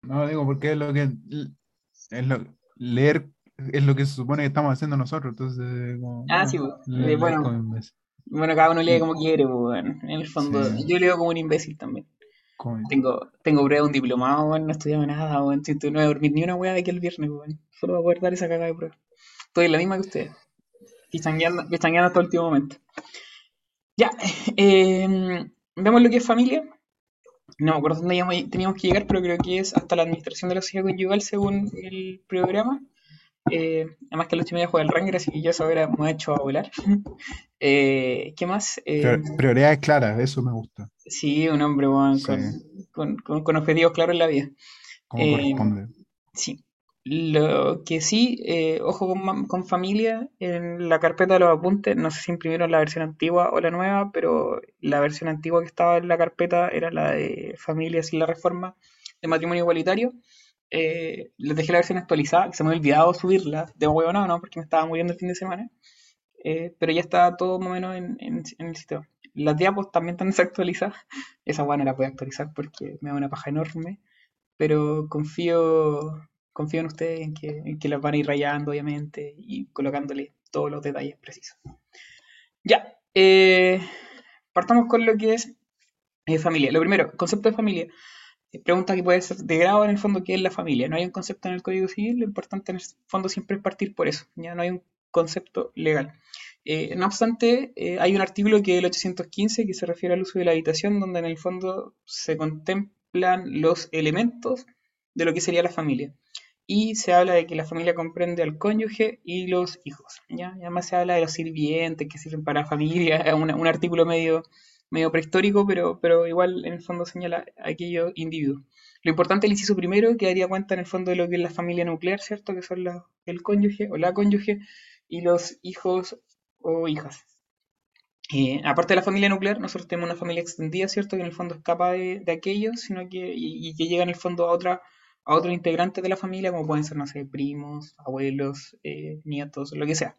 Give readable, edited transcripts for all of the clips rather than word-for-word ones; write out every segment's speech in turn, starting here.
No, digo, porque es leer es lo que se supone que estamos haciendo nosotros, entonces, como, Ah, sí, no, pues. leer como imbécil. Bueno, cada uno lee Y, como quiere, pues, bueno, en el sí, fondo. Yo leo como un imbécil también. como, Tengo prueba de un diplomado, bueno, no he estudiado nada, bueno, siento no he dormido ni una weá de aquí el viernes, bueno, solo para poder dar esa cagada de prueba. Estoy en la misma que ustedes, pichangueando hasta el último momento. Ya, vemos lo que es familia. No me acuerdo dónde teníamos que llegar, pero creo que es hasta la administración de la sociedad conyugal según el programa. Además que el 8 y media juega el Ranger, así que yo eso ahora me ha hecho a volar. ¿Qué más? prioridades claras, eso me gusta. Sí, un hombre bueno, Sí, con objetivos claros en la vida. como Eh, corresponde. sí. Lo que sí, ojo con familia, en la carpeta de los apuntes, no sé si imprimieron la versión antigua o la nueva, pero la versión antigua que estaba en la carpeta era la de familias y la reforma de matrimonio igualitario. Les dejé la versión actualizada, que se me había olvidado subirla, de huevo no, porque me estaba muriendo el fin de semana, pero ya está todo más o menos en el sistema. Las diapos también están desactualizadas, esa bueno no la puedo actualizar porque me da una paja enorme, pero confío en ustedes en que las van a ir rayando, obviamente, y colocándole todos los detalles precisos. Ya, partamos con lo que es familia. Lo primero, concepto de familia. Pregunta que puede ser de grado en el fondo, ¿qué es la familia? No hay un concepto en el Código Civil, lo importante en el fondo siempre es partir por eso, ya no hay un concepto legal. No obstante, hay un artículo que es el 815 que se refiere al uso de la habitación, donde en el fondo se contemplan los elementos de lo que sería la familia. Y se habla de que la familia comprende al cónyuge y los hijos. ¿Ya? Y además se habla de los sirvientes que sirven para la familia, es un artículo medio prehistórico, pero igual en el fondo señala a aquellos individuos. Lo importante del inciso primero, que daría cuenta en el fondo de lo que es la familia nuclear, ¿cierto? Que son el cónyuge o la cónyuge y los hijos o hijas. Aparte de la familia nuclear, nosotros tenemos una familia extendida, ¿cierto? Que en el fondo escapa de aquellos, sino y que llega en el fondo a otros integrantes de la familia, como pueden ser, no sé, primos, abuelos, nietos, lo que sea.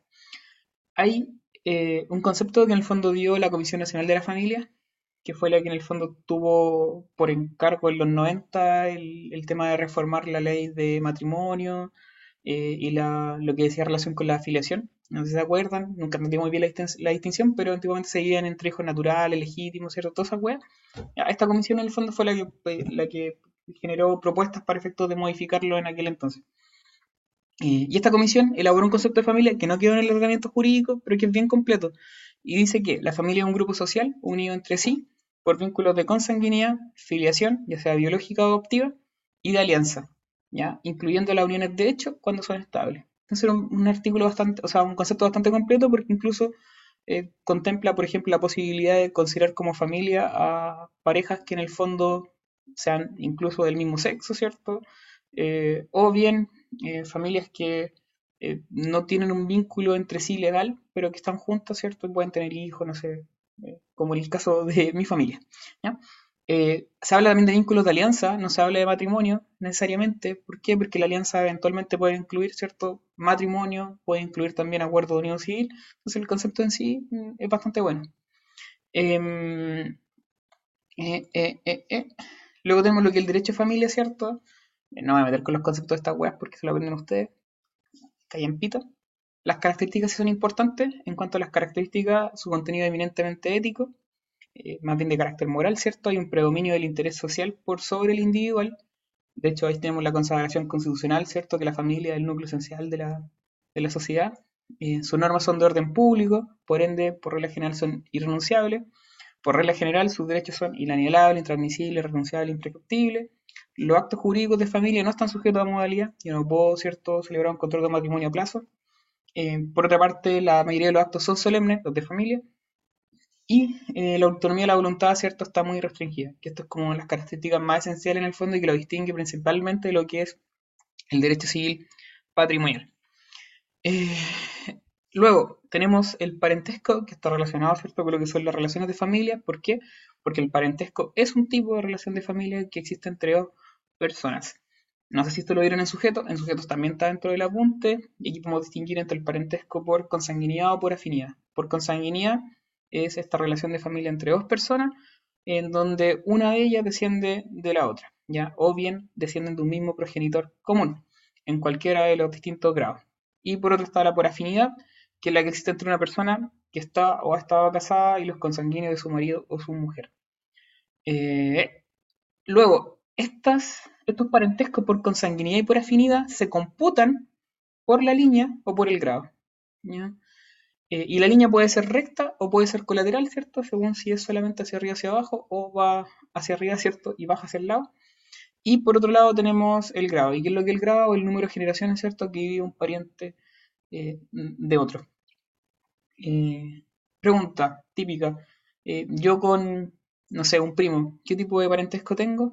Hay un concepto que en el fondo dio la Comisión Nacional de la Familia, que fue la que en el fondo tuvo por encargo en los 90 el tema de reformar la ley de matrimonio y lo que decía relación con la afiliación. No sé si se acuerdan, nunca entendí muy bien la distinción, pero antiguamente se dividían entre hijos naturales, legítimos, ¿cierto? Todas esas weas. Ya, esta comisión en el fondo fue la que generó propuestas para efectos de modificarlo en aquel entonces. Y esta comisión elaboró un concepto de familia que no quedó en el ordenamiento jurídico, pero que es bien completo. Y dice que la familia es un grupo social unido entre sí por vínculos de consanguinidad, filiación, ya sea biológica o adoptiva, y de alianza, ¿ya? Incluyendo las uniones de hecho cuando son estables. Entonces era un artículo bastante, o sea, un concepto bastante completo porque incluso contempla, por ejemplo, la posibilidad de considerar como familia a parejas que en el fondo sean incluso del mismo sexo, ¿cierto? O bien familias que no tienen un vínculo entre sí legal, pero que están juntas, ¿cierto? Y pueden tener hijos, no sé, como en el caso de mi familia, ¿ya? Se habla también de vínculos de alianza, no se habla de matrimonio necesariamente. ¿Por qué? Porque la alianza eventualmente puede incluir, ¿cierto? Matrimonio, puede incluir también acuerdo de unión civil. Entonces el concepto en sí es bastante bueno. Em, eh, eh, eh, eh. Luego tenemos lo que es el derecho de familia, ¿cierto? No me voy a meter con los conceptos de estas weas porque se lo aprenden ustedes, callen pito. Las características sí son importantes. En cuanto a las características, su contenido es eminentemente ético, más bien de carácter moral, ¿cierto? Hay un predominio del interés social por sobre el individual. De hecho, ahí tenemos la consagración constitucional, ¿cierto? Que la familia es el núcleo esencial de la sociedad. Sus normas son de orden público, por ende, por regla general son irrenunciables. Por regla general, sus derechos son inalienables, intransmisibles, irrenunciables, imprescriptibles. Los actos jurídicos de familia no están sujetos a modalidad. Yo no puedo, ¿cierto?, celebrar un contrato de matrimonio a plazo. Por otra parte, la mayoría de los actos son solemnes, los de familia. Y la autonomía de la voluntad, ¿cierto?, está muy restringida. Que esto es como las características más esenciales en el fondo y que lo distingue principalmente de lo que es el derecho civil patrimonial. Eh, Luego tenemos el parentesco, que está relacionado, ¿cierto?, con lo que son las relaciones de familia. ¿Por qué? Porque el parentesco es un tipo de relación de familia que existe entre dos personas. No sé si esto lo vieron en sujeto. En sujetos también está dentro del apunte. Y aquí podemos distinguir entre el parentesco por consanguinidad o por afinidad. Por consanguinidad es esta relación de familia entre dos personas en donde una de ellas desciende de la otra. ¿ya? O bien descienden de un mismo progenitor común, en cualquiera de los distintos grados. Y por otro está la por afinidad, que es la que existe entre una persona que está o ha estado casada y los consanguíneos de su marido o su mujer. Eh, Luego, estos parentescos por consanguinidad y por afinidad se computan por la línea o por el grado, ¿ya? Y la línea puede ser recta o puede ser colateral, ¿cierto? Según si es solamente hacia arriba hacia abajo o va hacia arriba, ¿cierto? Y baja hacia el lado. Y por otro lado tenemos el grado. ¿Y qué es lo que es el grado? El número de generaciones, ¿cierto? Que vive un pariente de otro. Eh, Pregunta típica. Yo con, no sé, un primo, ¿qué tipo de parentesco tengo?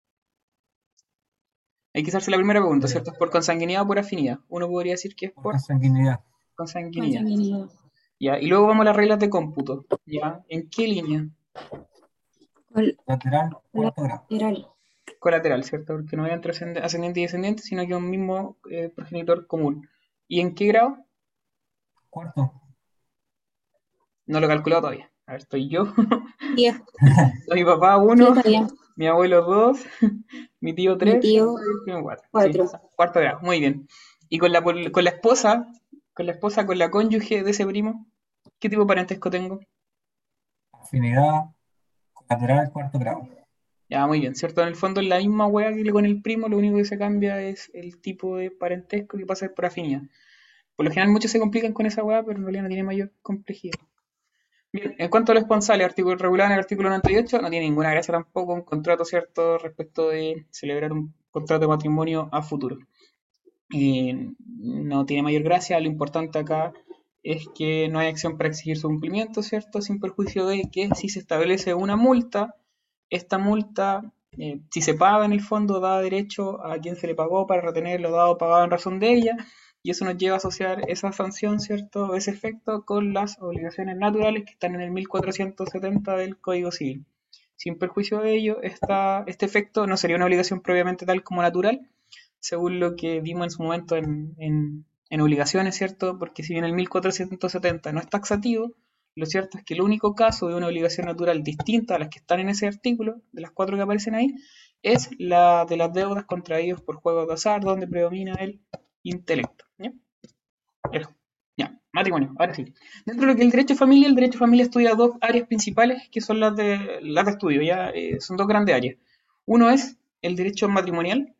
Hay que hacerse la primera pregunta, Eh, ¿cierto? ¿Es por consanguinidad o por afinidad? Uno podría decir que es por por consanguinidad. consanguinidad. Consanguinidad. ¿Ya? Y luego vamos a las reglas de cómputo. ¿Ya? ¿En qué línea? Lateral, cuarto grado. Lateral. Colateral, ¿cierto? Porque no hay entre ascendiente y descendiente, sino que un mismo progenitor común. ¿Y en qué grado? Cuarto. No lo he calculado todavía. A ver, estoy yo, 10. soy mi papá Sí, 1, está bien. mi abuelo 2, mi tío Mi 3 tío, y el primo 4. Sí, 4. cuarto grado, muy bien. ¿Y con la esposa, con la cónyuge de ese primo, qué tipo de parentesco tengo? Afinidad, lateral, cuarto grado. Ya, muy bien, ¿cierto? En el fondo es la misma wea que con el primo, lo único que se cambia es el tipo de parentesco que pasa por afinidad. Por lo general muchos se complican con esa wea, pero en realidad no tiene mayor complejidad. Bien, en cuanto a los esponsales, artículo regulado en el artículo 98, no tiene ninguna gracia tampoco un contrato, ¿cierto?, respecto de celebrar un contrato de matrimonio a futuro. No tiene mayor gracia, lo importante acá es que no hay acción para exigir su cumplimiento, ¿cierto?, sin perjuicio de que si se establece una multa, esta multa, si se paga en el fondo, da derecho a quien se le pagó para retener lo dado o pagado en razón de ella, y eso nos lleva a asociar esa sanción, ¿cierto?, ese efecto con las obligaciones naturales que están en el 1470 del Código Civil. Sin perjuicio de ello, este efecto no sería una obligación propiamente tal como natural, según lo que vimos en su momento en obligaciones, ¿cierto? Porque si bien el 1470 no es taxativo, lo cierto es que el único caso de una obligación natural distinta a las que están en ese artículo, de las cuatro que aparecen ahí, es la de las deudas contraídas por juegos de azar, donde predomina el intelecto. ¿Ya? Eso. Ya, matrimonio, ahora sí. Dentro de lo que es el derecho de familia estudia dos áreas principales que son las de estudio, ya son dos grandes áreas. Uno es el derecho matrimonial,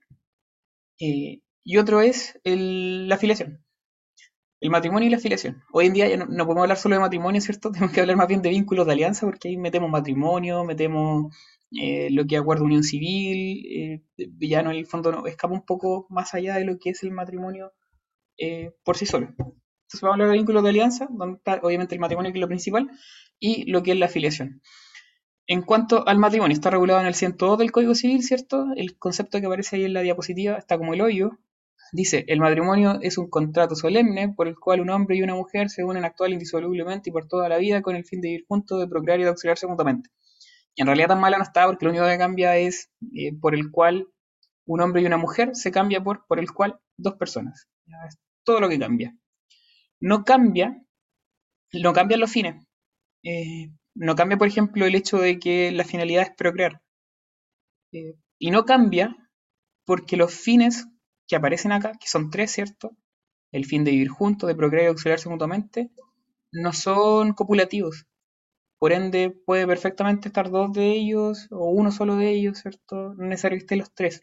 y otro es la afiliación. El matrimonio y la afiliación. Hoy en día ya no podemos hablar solo de matrimonio, ¿cierto? Tenemos que hablar más bien de vínculos de alianza, porque ahí metemos matrimonio, metemos lo que es acuerdo de unión civil, ya no, en el fondo no, escapa un poco más allá de lo que es el matrimonio por sí solo. Entonces vamos a hablar de vínculos de alianza, donde está obviamente el matrimonio que es lo principal, y lo que es la afiliación. En cuanto al matrimonio, está regulado en el 102 del Código Civil, ¿cierto? El concepto que aparece ahí en la diapositiva está como el hoyo. Dice, el matrimonio es un contrato solemne por el cual un hombre y una mujer se unen actual indisolublemente y por toda la vida con el fin de vivir juntos, de procrear y de auxiliarse mutuamente. Y en realidad tan mala no está porque lo único que cambia es por el cual un hombre y una mujer se cambia por el cual dos personas. Ya es todo lo que cambia. No cambia, no cambian los fines. No cambia, por ejemplo, el hecho de que la finalidad es procrear. Y no cambia porque los fines que aparecen acá, que son tres, ¿cierto? El fin de vivir juntos, de procrear y auxiliarse mutuamente, no son copulativos. Por ende, puede perfectamente estar dos de ellos o uno solo de ellos, ¿cierto? No es necesario que estén los tres.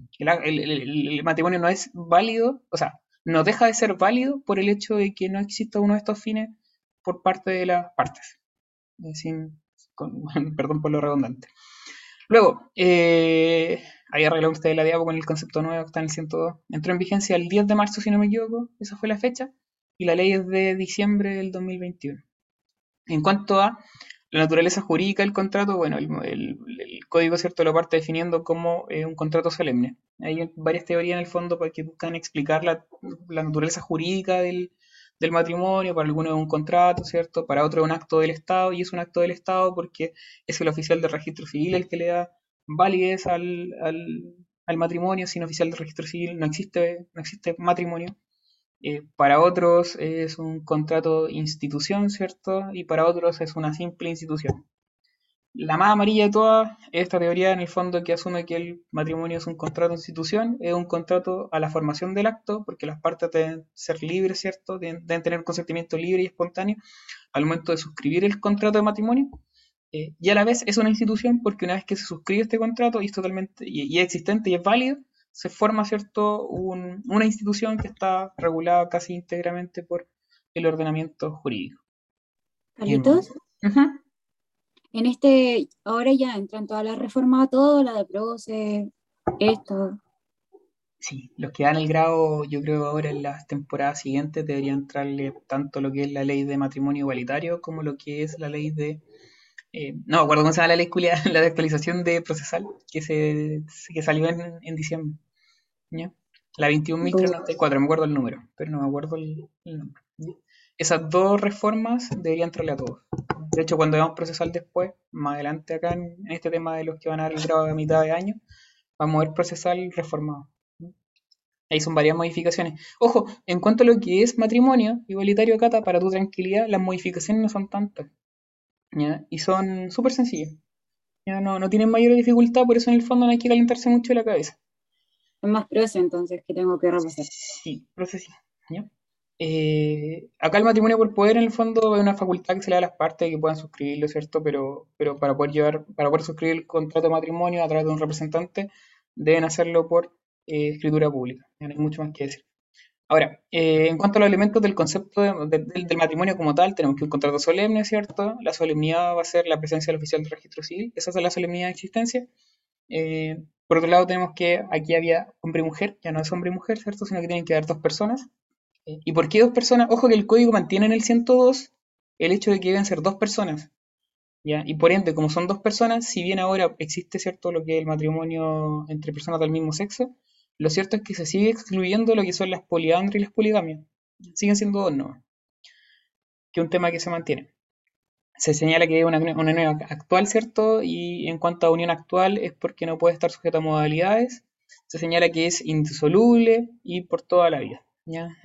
El matrimonio no es válido, o sea, no deja de ser válido por el hecho de que no exista uno de estos fines por parte de las partes. Sin, perdón por lo redundante. Luego, ahí arreglaron ustedes la diapo con el concepto nuevo que está en el 102. Entró en vigencia el 10 de marzo, si no me equivoco, esa fue la fecha, y la ley es de diciembre del 2021. En cuanto a la naturaleza jurídica del contrato, bueno, el código, ¿cierto?, lo parte definiendo como un contrato solemne. Hay varias teorías en el fondo para que buscan explicar la naturaleza jurídica del matrimonio. Para algunos es un contrato, ¿cierto? Para otros es un acto del Estado, y es un acto del Estado porque es el oficial del registro civil el que le da validez al matrimonio. Sin oficial del registro civil no existe matrimonio. Para otros es un contrato institución, ¿cierto? Y para otros es una simple institución. La más amarilla de todas es esta teoría en el fondo que asume que el matrimonio es un contrato de institución, es un contrato a la formación del acto, porque las partes deben ser libres, ¿cierto? Deben tener un consentimiento libre y espontáneo al momento de suscribir el contrato de matrimonio. Y a la vez es una institución porque una vez que se suscribe este contrato y es totalmente y es existente y es válido, se forma, ¿cierto? Una institución que está regulada casi íntegramente por el ordenamiento jurídico. Carlitos, Ujú. en este, ahora ya entran todas las reformas a todo, la de Proce, esto, Sí, los que dan el grado, yo creo ahora en las temporadas siguientes deberían entrarle tanto lo que es la ley de matrimonio igualitario como lo que es la ley de, no me acuerdo cómo se llama la ley culiada, la de actualización de procesal que salió en diciembre, ¿ya? La bu- 21.394, me acuerdo el número, pero no me acuerdo el nombre, ¿ya? Esas dos reformas deberían entrarle a todos. De hecho, cuando veamos procesal después, más adelante acá en este tema de los que van a dar el grado a mitad de año, vamos a ver procesal reformado. Ahí son varias modificaciones. Ojo, en cuanto a lo que es matrimonio igualitario, Cata, para tu tranquilidad, las modificaciones no son tantas, ¿ya? Y son súper sencillas. Ya no tienen mayor dificultad, por eso en el fondo no hay que calentarse mucho la cabeza. es más Proce entonces que tengo que repasar. Sí, proceso, ¿ya? Acá el matrimonio por poder en el fondo es una facultad que se le da a las partes que puedan suscribirlo, ¿cierto? Pero para poder suscribir el contrato de matrimonio a través de un representante, deben hacerlo por escritura pública. Ya no hay mucho más que decir. Ahora, en cuanto a los elementos del concepto del matrimonio como tal, tenemos que un contrato solemne, ¿cierto? La solemnidad va a ser la presencia del oficial del registro civil, esa es la solemnidad de existencia. Por otro lado, tenemos que aquí había hombre y mujer, ya no es hombre y mujer, ¿cierto? Sino que tienen que haber dos personas. ¿Y por qué dos personas? Ojo que el código mantiene en el 102 el hecho de que deben ser dos personas, ¿ya? Y por ende, como son dos personas, si bien ahora existe, ¿cierto?, lo que es el matrimonio entre personas del mismo sexo, lo cierto es que se sigue excluyendo lo que son las poliandrias y las poligamias. Siguen siendo dos, ¿no? Que es un tema que se mantiene. Se señala que es una unión actual, ¿cierto? Y en cuanto a unión actual es porque no puede estar sujeta a modalidades. Se señala que es indisoluble y por toda la vida, ¿ya?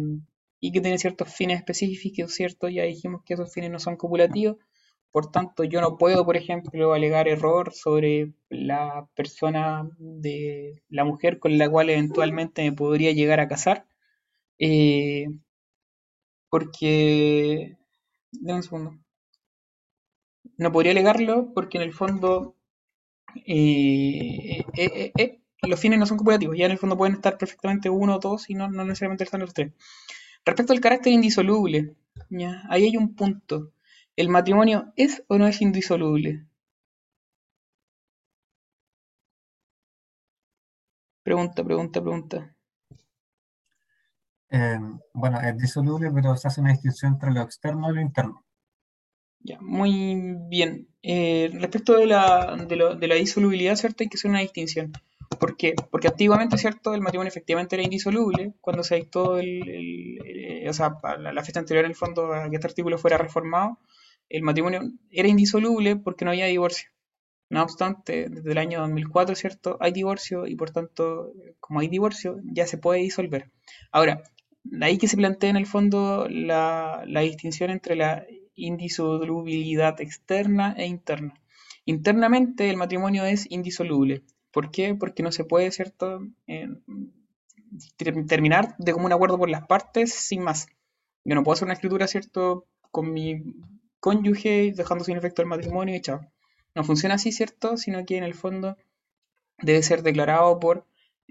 Y que tiene ciertos fines específicos, ¿cierto? Ya dijimos que esos fines no son copulativos. Por tanto, yo no puedo, por ejemplo, alegar error sobre la persona de la mujer con la cual eventualmente me podría llegar a casar, eh, porque... Dame un segundo. No podría alegarlo porque en el fondo los fines no son copulativos, ya en el fondo pueden estar perfectamente uno o dos y no necesariamente están los tres. Respecto al carácter indisoluble, ¿ya? Ahí hay un punto. ¿El matrimonio es o no es indisoluble? Pregunta, pregunta, pregunta. Eh, bueno, es disoluble, pero se hace una distinción entre lo externo y lo interno. Ya, muy bien. Respecto de la disolubilidad, ¿cierto? Hay que hacer una distinción. ¿Por qué? Porque antiguamente, ¿cierto? El matrimonio efectivamente era indisoluble cuando se dictó o sea, la fecha anterior en el fondo a que este artículo fuera reformado, el matrimonio era indisoluble porque no había divorcio. No obstante, desde el año 2004, ¿cierto? Hay divorcio y por tanto, como hay divorcio, ya se puede disolver. Ahora, de ahí que se plantea en el fondo la distinción entre la indisolubilidad externa e interna. Internamente el matrimonio es indisoluble. ¿Por qué? Porque no se puede, ¿cierto? Terminar de común acuerdo por las partes sin más. Yo no puedo hacer una escritura, ¿cierto? Con mi cónyuge dejando sin efecto el matrimonio y chao. No funciona así, ¿cierto? Sino que en el fondo debe ser declarado por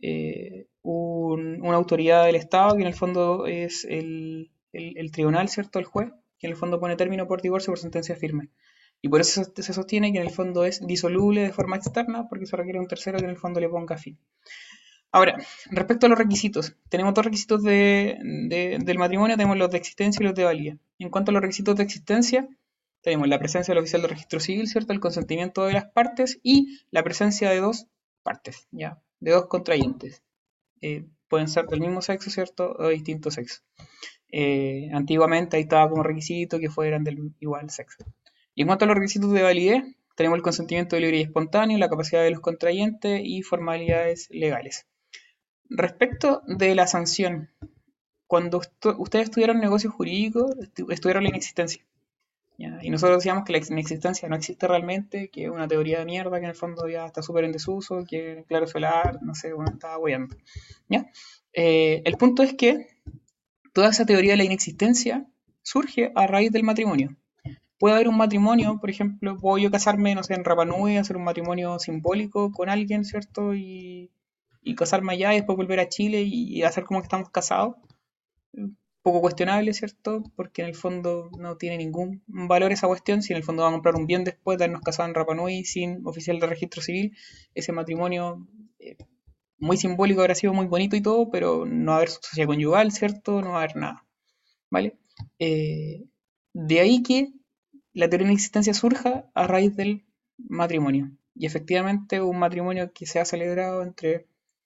una autoridad del Estado, que en el fondo es el tribunal, ¿cierto? El juez, que en el fondo pone término por divorcio por sentencia firme. Y por eso se sostiene que en el fondo es disoluble de forma externa, porque se requiere un tercero que en el fondo le ponga fin. Ahora, respecto a los requisitos, tenemos dos requisitos del matrimonio, tenemos los de existencia y los de validez. En cuanto a los requisitos de existencia, tenemos la presencia del oficial de registro civil, ¿cierto? El consentimiento de las partes y la presencia de dos partes, ¿ya? De dos contrayentes. Pueden ser del mismo sexo, ¿cierto? O de distinto sexo. Antiguamente ahí estaba como requisito que fueran del igual sexo. Y en cuanto a los requisitos de validez, tenemos el consentimiento libre y espontáneo, la capacidad de los contrayentes y formalidades legales. Respecto de la sanción, cuando ustedes estudiaron negocios jurídicos, estudiaron la inexistencia. ¿ya? Y nosotros decíamos que la inexistencia no existe realmente, que es una teoría de mierda, que en el fondo ya está súper en desuso, que claro solar, no sé, bueno, estaba weyando, ¿ya? El punto es que toda esa teoría de la inexistencia surge a raíz del matrimonio. Puede haber un matrimonio, por ejemplo, puedo yo casarme, no sé, en Rapa Nui, hacer un matrimonio simbólico con alguien, ¿cierto? Y casarme allá y después volver a Chile y hacer como que estamos casados. Un poco cuestionable, ¿cierto? Porque en el fondo no tiene ningún valor esa cuestión. Si en el fondo vamos a comprar un bien después de habernos casado en Rapa Nui sin oficial de registro civil, ese matrimonio muy simbólico habrá sido muy bonito y todo, pero no va a haber sociedad conyugal, ¿cierto? No va a haber nada, ¿vale? Eh, de ahí que la teoría de la existencia surja a raíz del matrimonio. Y efectivamente un matrimonio que se ha celebrado entre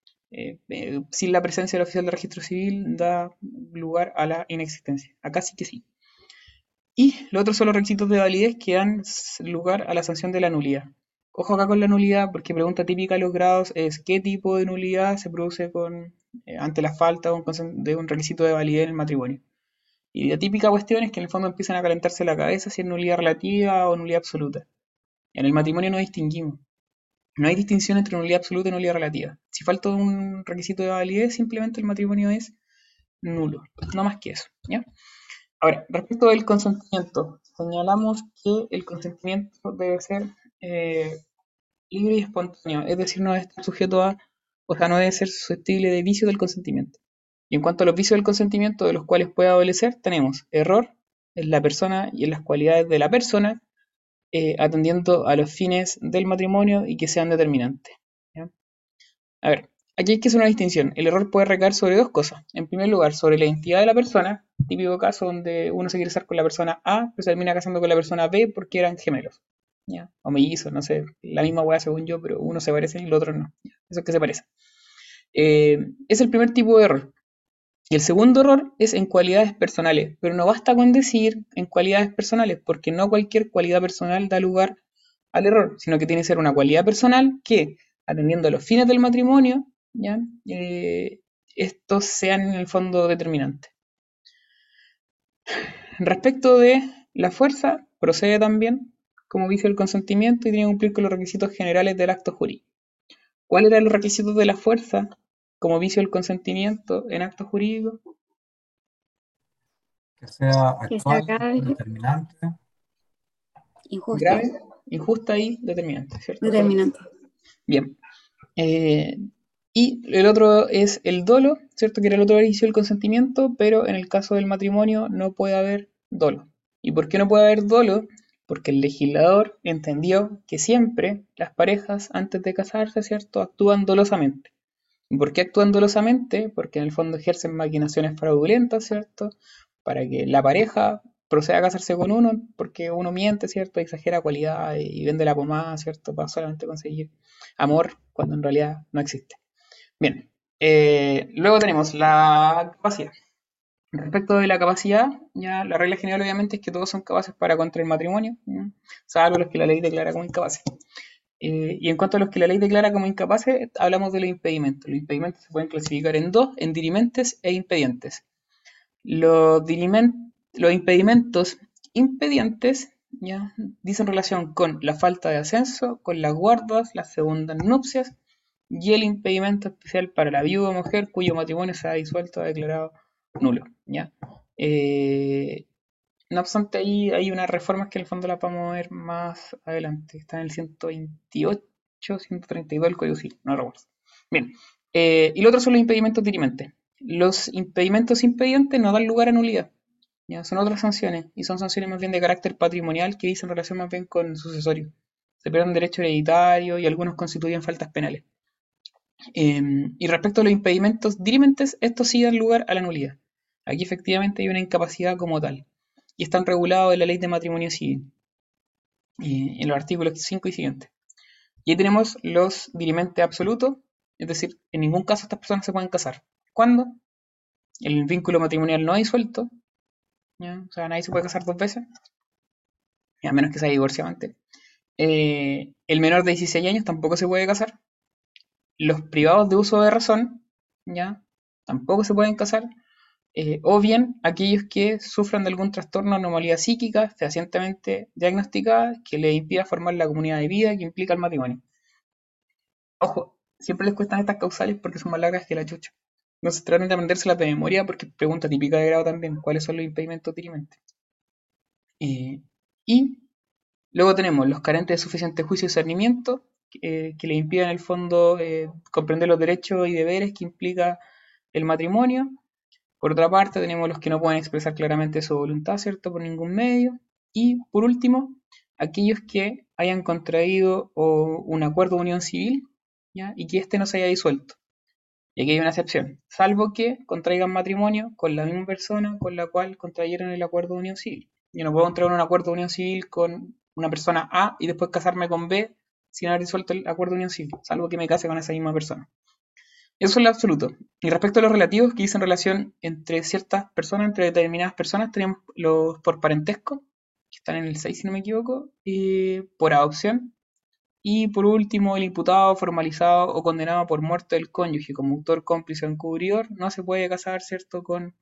sin la presencia del oficial de registro civil da lugar a la inexistencia. Acá sí que sí. Y los otros son los requisitos de validez que dan lugar a la sanción de la nulidad. Ojo acá con la nulidad, porque pregunta típica de los grados es qué tipo de nulidad se produce ante la falta de un requisito de validez en el matrimonio. Y la típica cuestión es que en el fondo empiezan a calentarse la cabeza si es nulidad relativa o nulidad absoluta. En el matrimonio no distinguimos. No hay distinción entre nulidad absoluta y nulidad relativa. Si falta un requisito de validez, simplemente el matrimonio es nulo. No más que eso. ¿Ya? Ahora, respecto del consentimiento, señalamos que el consentimiento debe ser eh, libre y espontáneo, es decir, no debe estar sujeto a, o sea, no debe ser susceptible de vicio del consentimiento. Y en cuanto a los vicios del consentimiento, de los cuales puede adolecer, tenemos error en la persona y en las cualidades de la persona, atendiendo a los fines del matrimonio y que sean determinantes. ¿Ya? A ver, aquí hay que hacer una distinción. El error puede recaer sobre dos cosas. En primer lugar, sobre la identidad de la persona, típico caso donde uno se quiere casar con la persona A, pero se termina casando con la persona B porque eran gemelos. ¿Ya? O mellizos, no sé, la misma weá según yo, pero uno se parece y el otro no. ¿Ya? Eso es que se parece. Es el primer tipo de error. Y el segundo error es en cualidades personales, pero no basta con decir en cualidades personales, porque no cualquier cualidad personal da lugar al error, sino que tiene que ser una cualidad personal que, atendiendo a los fines del matrimonio, ¿ya? Estos sean en el fondo determinantes. Respecto de la fuerza, procede también como vicio del consentimiento y tiene que cumplir con los requisitos generales del acto jurídico. ¿Cuáles eran los requisitos de la fuerza como vicio del consentimiento en acto jurídico? Que sea Que sea actual, grave, determinante. injusto, Grave, injusta y determinante, ¿cierto? determinante. Bien. Eh, y el otro es el dolo, ¿cierto? Que era el otro vicio del consentimiento, pero en el caso del matrimonio no puede haber dolo. ¿Y por qué no puede haber dolo? Porque el legislador entendió que siempre las parejas antes de casarse, ¿cierto? Actúan dolosamente. ¿Y por qué actúan dolosamente? Porque en el fondo ejercen maquinaciones fraudulentas, ¿cierto? Para que la pareja proceda a casarse con uno, porque uno miente, ¿cierto? Exagera cualidad y vende la pomada, ¿cierto? Para solamente conseguir amor cuando en realidad no existe. Bien, luego tenemos la capacidad. Respecto de la capacidad, ya la regla general obviamente es que todos son capaces para contra el matrimonio, ¿no? Salvo los que la ley declara como incapaces. Y en cuanto a los que la ley declara como incapaces, hablamos de los impedimentos. Los impedimentos se pueden clasificar en dos, en dirimentes e impedientes. Los impedimentos impedientes ya dicen relación con la falta de ascenso, con las guardas, las segundas nupcias y el impedimento especial para la viuda o mujer cuyo matrimonio se ha disuelto o declarado nulo. ¿Ya? Eh, no obstante, ahí hay unas reformas que en el fondo las vamos a ver más adelante. Está en el 128, 132 del Código Civil, no recuerdo. Bien, y lo otro son los impedimentos dirimentes. Los impedimentos impedientes no dan lugar a nulidad. ¿Ya? Son otras sanciones, y son sanciones más bien de carácter patrimonial que dicen relación más bien con sucesorio. Se pierden derechos hereditarios y algunos constituyen faltas penales. Y respecto a los impedimentos dirimentes, estos sí dan lugar a la nulidad. Aquí efectivamente hay una incapacidad como tal y están regulados en la ley de matrimonio civil, en los artículos 5 y siguientes. Y ahí tenemos los dirimentes absolutos, es decir, en ningún caso estas personas se pueden casar. ¿Cuándo? El vínculo matrimonial no ha disuelto, ¿ya? O sea, nadie se puede casar dos veces, a menos que sea divorciado antes. El menor de 16 años tampoco se puede casar. Los privados de uso de razón, ¿ya? Tampoco se pueden casar. O bien aquellos que sufran de algún trastorno o anomalía psíquica fehacientemente diagnosticada que les impida formar la comunidad de vida que implica el matrimonio. Ojo, siempre les cuestan estas causales porque son más largas que la chucha. Entonces traten de aprendérselas de memoria porque es pregunta típica de grado también, ¿cuáles son los impedimentos dirimente? Y luego tenemos los carentes de suficiente juicio y discernimiento, que le impiden en el fondo comprender los derechos y deberes que implica el matrimonio. Por otra parte, tenemos los que no pueden expresar claramente su voluntad, ¿cierto? Por ningún medio. Y por último, aquellos que hayan contraído un acuerdo de unión civil, ¿ya? Y que éste no se haya disuelto. Y aquí hay una excepción, salvo que contraigan matrimonio con la misma persona con la cual contrayeron el acuerdo de unión civil. Yo no puedo contraer un acuerdo de unión civil con una persona A y después casarme con B sin haber disuelto el acuerdo de unión civil, salvo que me case con esa misma persona. Eso es lo absoluto. Y respecto a los relativos que dicen relación entre ciertas personas, entre determinadas personas, tenemos los por parentesco, que están en el 6 si no me equivoco, y por adopción, y por último, el imputado formalizado o condenado por muerte del cónyuge como autor, cómplice o encubridor no se puede casar, ¿cierto?, con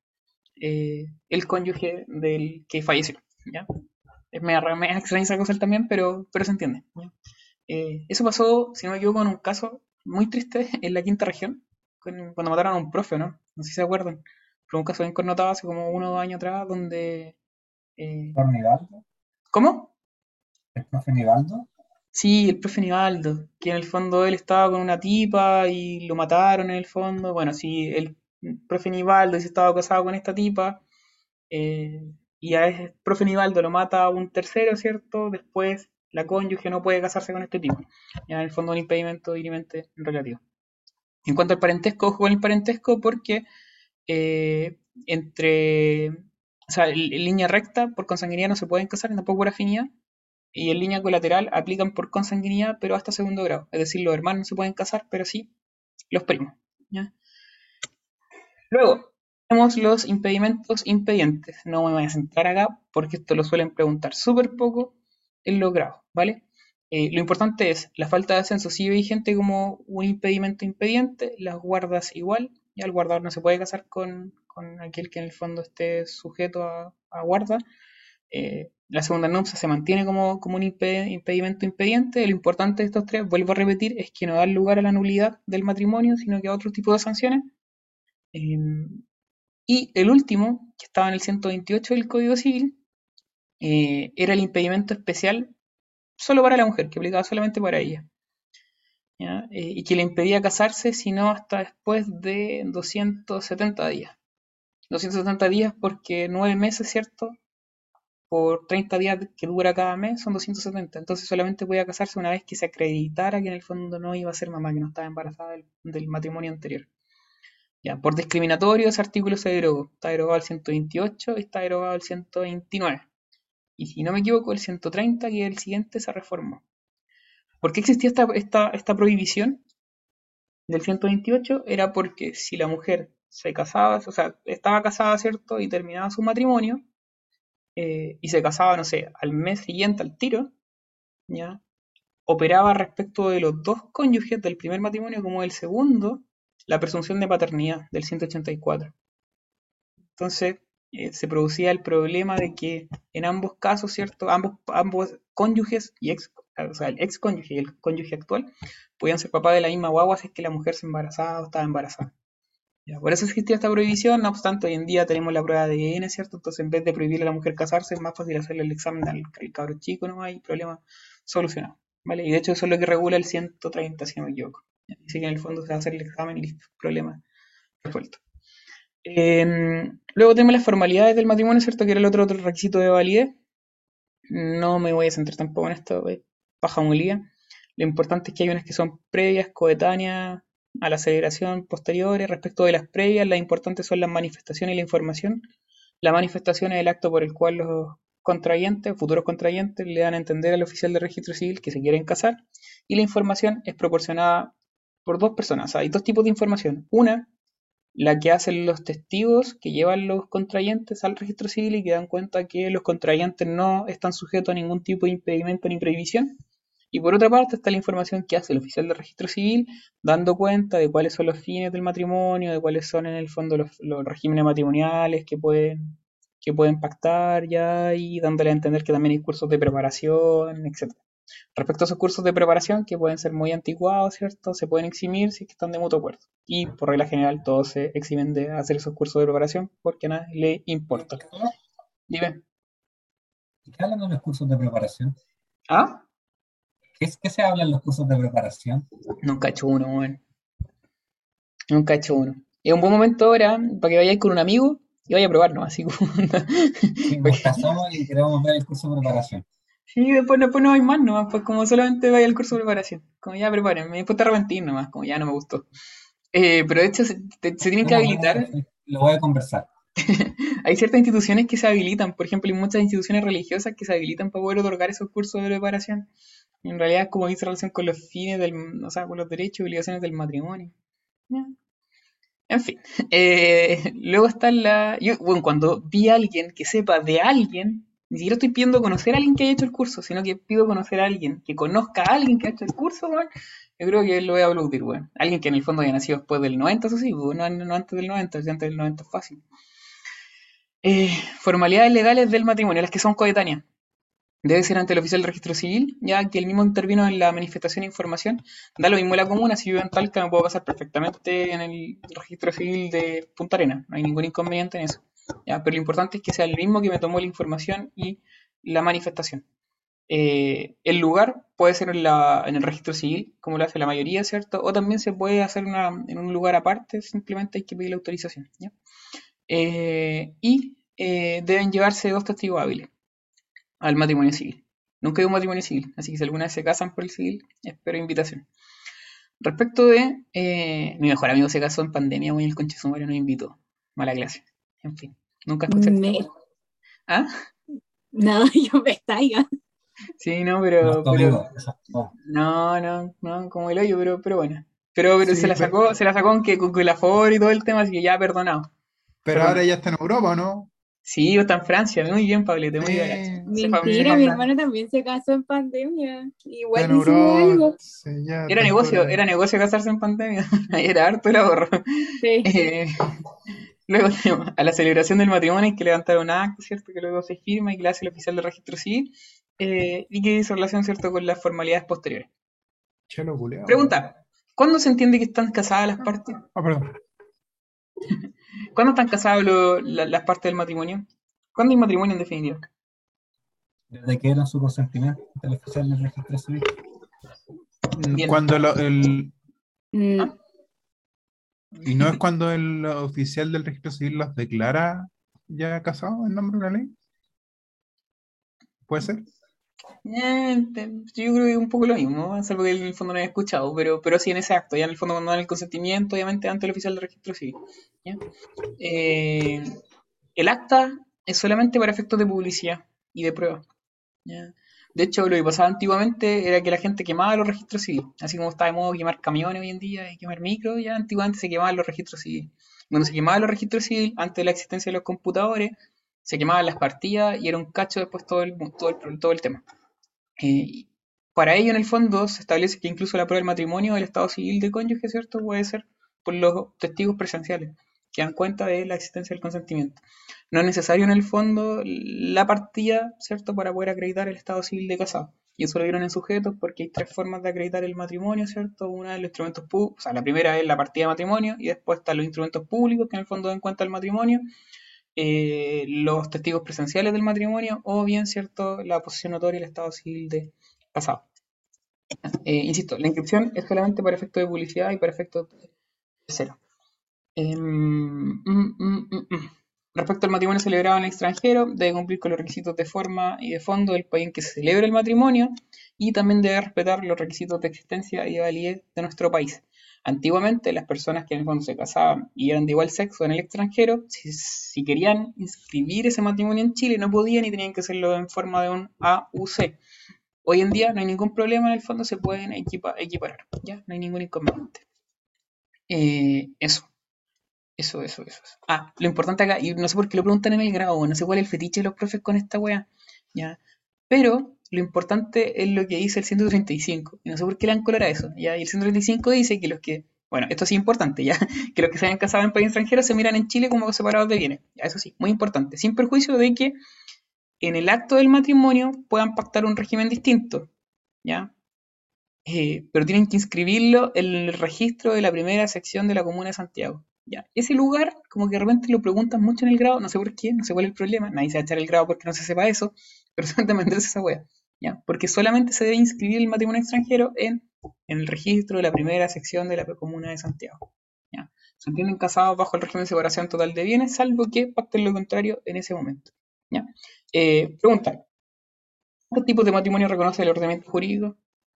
el cónyuge del que falleció, ¿ya? Es media extraña esa cosa también, pero se entiende, ¿ya? Eso pasó, si no me equivoco, en un caso muy triste en la quinta región, cuando mataron a un profe, ¿no? No sé si se acuerdan. Pero un caso bien connotado hace como 1 o 2 años atrás, donde... ¿Por Nivaldo? ¿Cómo? ¿El profe Nivaldo? Sí, el profe Nivaldo, que en el fondo él estaba con una tipa y lo mataron en el fondo. Bueno, sí, el profe Nivaldo se estaba casado con esta tipa eh, y a ese profe Nivaldo lo mata un tercero, ¿cierto? Después la cónyuge no puede casarse con este tipo. Ya en el fondo un impedimento dirimente relativo. En cuanto al parentesco, ojo con el parentesco porque eh, entre, o sea, en línea recta por consanguinidad no se pueden casar, tampoco por afinidad, y en línea colateral aplican por consanguinidad, pero hasta segundo grado. Es decir, los hermanos no se pueden casar, pero sí los primos. ¿Ya? Luego, tenemos los impedimentos impedientes. No me voy a centrar acá porque esto lo suelen preguntar súper poco en los grados, ¿vale? Lo importante es, la falta de ascenso sigue vigente como un impedimento impediente, las guardas igual, ya el guardador no se puede casar con aquel que en el fondo esté sujeto a guarda. La segunda nupcia se mantiene como un impedimento impediente. Lo importante de estos tres, vuelvo a repetir, es que no dan lugar a la nulidad del matrimonio, sino que a otro tipo de sanciones. Eh, y el último, que estaba en el 128 del Código Civil, era el impedimento especial solo para la mujer, que aplicaba solamente para ella. ¿Ya? Y que le impedía casarse, sino hasta después de 270 días. 270 días porque 9 meses, ¿cierto? Por 30 días que dura cada mes son 270. Entonces solamente podía casarse una vez que se acreditara que en el fondo no iba a ser mamá, que no estaba embarazada del matrimonio anterior. Ya, por discriminatorio ese artículo se derogó. Está derogado el 128 y está derogado el 129. Y si no me equivoco, el 130, que es el siguiente, se reformó. ¿Por qué existía esta prohibición del 128? Era porque si la mujer se casaba, o sea, estaba casada, ¿cierto? Y terminaba su matrimonio, y se casaba, no sé, al mes siguiente al tiro, ¿ya? Operaba respecto de los dos cónyuges del primer matrimonio como del segundo la presunción de paternidad del 184. Entonces se producía el problema de que en ambos casos, ¿cierto? Ambos cónyuges y o sea, el ex cónyuge y el cónyuge actual podían ser papás de la misma guagua si es que la mujer se embarazaba o estaba embarazada. Ya, por eso existía esta prohibición, no obstante, hoy en día tenemos la prueba de ADN, ¿cierto? Entonces, en vez de prohibirle a la mujer casarse, es más fácil hacerle el examen al cabro chico, no hay problema solucionado, ¿vale? Y de hecho, eso es lo que regula el 130, si no me equivoco. Así que en el fondo se va a hacer el examen y listo, problema resuelto. Luego tenemos las formalidades del matrimonio, ¿cierto? Que era el otro requisito de validez. No me voy a centrar tampoco en esto, paja mulía. Lo importante es que hay unas que son previas, coetáneas a la celebración, posteriores. Respecto de las previas, las importantes son las manifestaciones y la información. La manifestación es el acto por el cual los contrayentes, futuros contrayentes, le dan a entender al oficial de registro civil que se quieren casar. Y la información es proporcionada por dos personas. O sea, hay dos tipos de información. Una, la que hacen los testigos que llevan los contrayentes al registro civil y que dan cuenta que los contrayentes no están sujetos a ningún tipo de impedimento ni prohibición. Y por otra parte está la información que hace el oficial de registro civil, dando cuenta de cuáles son los fines del matrimonio, de cuáles son en el fondo los regímenes matrimoniales que pueden pactar ya, y dándole a entender que también hay cursos de preparación, etcétera. Respecto a esos cursos de preparación, que pueden ser muy anticuados, ¿cierto? Se pueden eximir si es que están de mutuo acuerdo. Y por regla general todos se eximen de hacer esos cursos de preparación porque a nadie le importa. Dime. ¿Qué hablan en los cursos de preparación? ¿Ah? ¿Qué se habla en los cursos de preparación? Nunca he hecho uno, weón. Nunca he hecho uno. Es un buen momento ahora para que vayáis con un amigo y vaya a probar, ¿no? Así como... Sí, nos casamos y queremos ver el curso de preparación. Sí, después no hay más nomás, pues como solamente vaya al curso de preparación. Como ya prepárenme, después te arrepentís nomás, como ya no me gustó. Pero de hecho se tienen que Bueno, bueno, habilitar. lo voy a conversar. Hay ciertas instituciones que se habilitan, por ejemplo, hay muchas instituciones religiosas que se habilitan para poder otorgar esos cursos de preparación. Y en realidad es como dice relación con los fines o sea, con los derechos y obligaciones del matrimonio. Ya. En fin. Luego está bueno, cuando vi a alguien que sepa de alguien, ni siquiera estoy pidiendo conocer a alguien que haya hecho el curso, sino que pido conocer a alguien que conozca a alguien que ha hecho el curso, weón. Yo creo que lo voy a aplaudir, weón. Alguien que en el fondo haya nacido después del 90, eso sí, weón, no antes del 90, si antes del 90 es fácil. Formalidades legales del matrimonio, las que son coetáneas. Debe ser ante el oficial de registro civil, ya que el mismo intervino en la manifestación e información. Da lo mismo la comuna, si vivo en Talca me puedo pasar perfectamente en el registro civil de Punta Arenas, no hay ningún inconveniente en eso. ¿Ya? Pero lo importante es que sea el mismo que me tomó la información y la manifestación. El lugar puede ser en el registro civil, como lo hace la mayoría, ¿cierto? O también se puede hacer en un lugar aparte, simplemente hay que pedir la autorización. ¿Ya? Deben llevarse 2 testigos hábiles al matrimonio civil. Nunca hay un matrimonio civil, así que si alguna vez se casan por el civil, espero invitación. Respecto de mi mejor amigo se casó en pandemia, güey, el conche sumario nos invitó. Mala clase. En fin, nunca escuché esta Me, weá. ¿Ah? nada, yo me estalla. Sí, no, No es tu amigo, eso es todo. no, como el hoyo, pero bueno. Pero se Sí, la sacó con la for y todo el tema, así que ya perdonado. pero ahora Perdonado. ya está en Europa, ¿o no? Sí, está en Francia, muy bien, Pablete, muy bien. Sí, Se Mentira, fue a mi Francia. hermano también se casó en pandemia. está en Igual hicimos Europa, algo. sí, ya Era está negocio, fuera. era negocio casarse en pandemia. Era harto el ahorro. Sí. Eh, Luego tenemos a la celebración del matrimonio hay que levantar un acto, ¿cierto? Que luego se firma y que le hace el oficial de registro civil, y que dice relación, ¿cierto?, con las formalidades posteriores. Chelo culeado. Pregunta, ¿cuándo se entiende que están casadas las partes? Ah, perdón. ¿Cuándo están casadas las partes del matrimonio? ¿Cuándo hay matrimonio en definitiva? Desde que era su consentimiento el oficial del registro civil. Bien. Cuando Mm, ¿Ah? y no es cuando el oficial del registro civil los declara ya casados en nombre de una ley, ¿puede ser? Yo creo que es un poco lo mismo, salvo que en el fondo no he escuchado, pero sí en ese acto, ya en el fondo cuando dan el consentimiento, obviamente ante el oficial de registro civil. ¿Ya? Eh, el acta es solamente para efectos de publicidad y de prueba. ¿Ya? De hecho, lo que pasaba antiguamente era que la gente quemaba los registros civiles, así como está de moda quemar camiones hoy en día y quemar micros, ya antiguamente se quemaban los registros civiles. Cuando se quemaban los registros civiles, antes de la existencia de los computadores, se quemaban las partidas y era un cacho después todo el tema. Eh, para ello, en el fondo, se establece que incluso la prueba del matrimonio, el estado civil de cónyuge, ¿cierto?, puede ser por los testigos presenciales, que dan cuenta de la existencia del consentimiento. No es necesario, en el fondo, la partida, ¿cierto?, para poder acreditar el estado civil de casado. Y eso lo vieron en sujetos porque hay 3 formas de acreditar el matrimonio, ¿cierto? Una es los instrumentos públicos, o sea, la primera es la partida de matrimonio y después están los instrumentos públicos que en el fondo dan cuenta del matrimonio, los testigos presenciales del matrimonio o bien, ¿cierto?, la posición notoria y el estado civil de casado. Insisto, la inscripción es solamente para efectos de publicidad y para efectos de tercero. Respecto al matrimonio celebrado en el extranjero, debe cumplir con los requisitos de forma y de fondo del país en que se celebra el matrimonio y también debe respetar los requisitos de existencia y de validez de nuestro país. Antiguamente, las personas que en el fondo se casaban y eran de igual sexo en el extranjero, si querían inscribir ese matrimonio en Chile, no podían y tenían que hacerlo en forma de un AUC. Hoy en día no hay ningún problema, en el fondo se pueden equiparar, ¿ya? No hay ningún inconveniente. Eso. Eso. Ah, lo importante acá, y no sé por qué lo preguntan en el grado, no sé cuál es el fetiche de los profes con esta wea, ¿ya? Pero lo importante es lo que dice el 135. Y no sé por qué le dan color a eso. ¿Ya? Y el 135 dice que los que, bueno, esto sí es importante, ¿ya? Que los que se hayan casado en país extranjero se miran en Chile como separados de bienes. ¿Ya? Eso sí, muy importante. Sin perjuicio de que en el acto del matrimonio puedan pactar un régimen distinto. ¿Ya? Pero tienen que inscribirlo en el registro de la primera sección de la Comuna de Santiago. ¿Ya? Ese lugar, como que de repente lo preguntan mucho en el grado, no sé por qué, no sé cuál es el problema, nadie se va a echar el grado porque no se sepa eso, pero solamente mandarse esa wea. ¿Ya? Porque solamente se debe inscribir el matrimonio extranjero en el registro de la primera sección de la Comuna de Santiago. ¿Ya? Se entienden casados bajo el régimen de separación total de bienes, salvo que pacten lo contrario en ese momento. ¿Ya? Pregunta, ¿cuántos tipos de matrimonio reconoce el ordenamiento jurídico?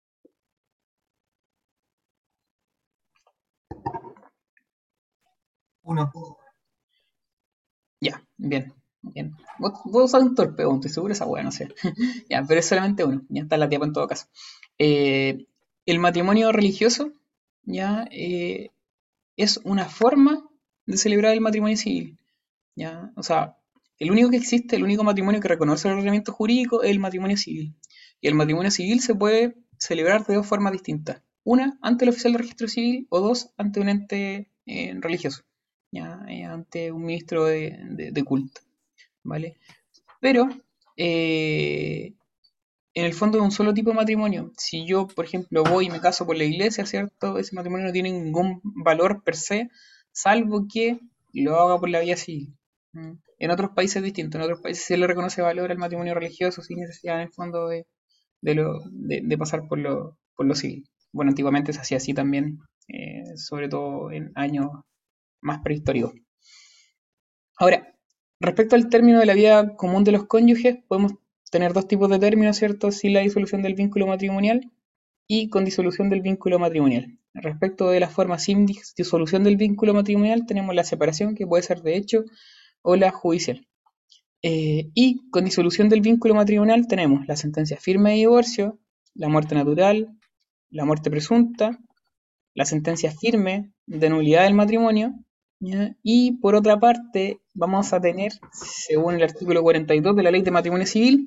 Uno. Ya, bien, bien. Vos sos un torpe, estoy seguro de esa weá, no sé. Ya, pero es solamente uno, ya está la tiapa en todo caso. El matrimonio religioso, ya, es una forma de celebrar el matrimonio civil, ya. O sea, el único que existe, el único matrimonio que reconoce el ordenamiento jurídico es el matrimonio civil. Y el matrimonio civil se puede celebrar de dos formas distintas. Una, ante el oficial de registro civil, o dos, ante un ente religioso, ya, ante un ministro de culto. ¿Vale? Pero en el fondo es un solo tipo de matrimonio. Si yo, por ejemplo, voy y me caso por la iglesia, ¿cierto? Ese matrimonio no tiene ningún valor per se, salvo que lo haga por la vía civil. ¿Mm? En otros países es distinto. En otros países se le reconoce valor al matrimonio religioso sin necesidad, en el fondo, de pasar por lo civil. Bueno, antiguamente se hacía así también, sobre todo en años más prehistóricos. Ahora, respecto al término de la vida común de los cónyuges, podemos tener dos tipos de términos, ¿cierto? Sin la disolución del vínculo matrimonial y con disolución del vínculo matrimonial. Respecto de la forma sin disolución del vínculo matrimonial, tenemos la separación, que puede ser de hecho, o la judicial. Y con disolución del vínculo matrimonial tenemos la sentencia firme de divorcio, la muerte natural, la muerte presunta, la sentencia firme de nulidad del matrimonio, ¿ya? Y por otra parte vamos a tener, según el artículo 42 de la Ley de Matrimonio Civil,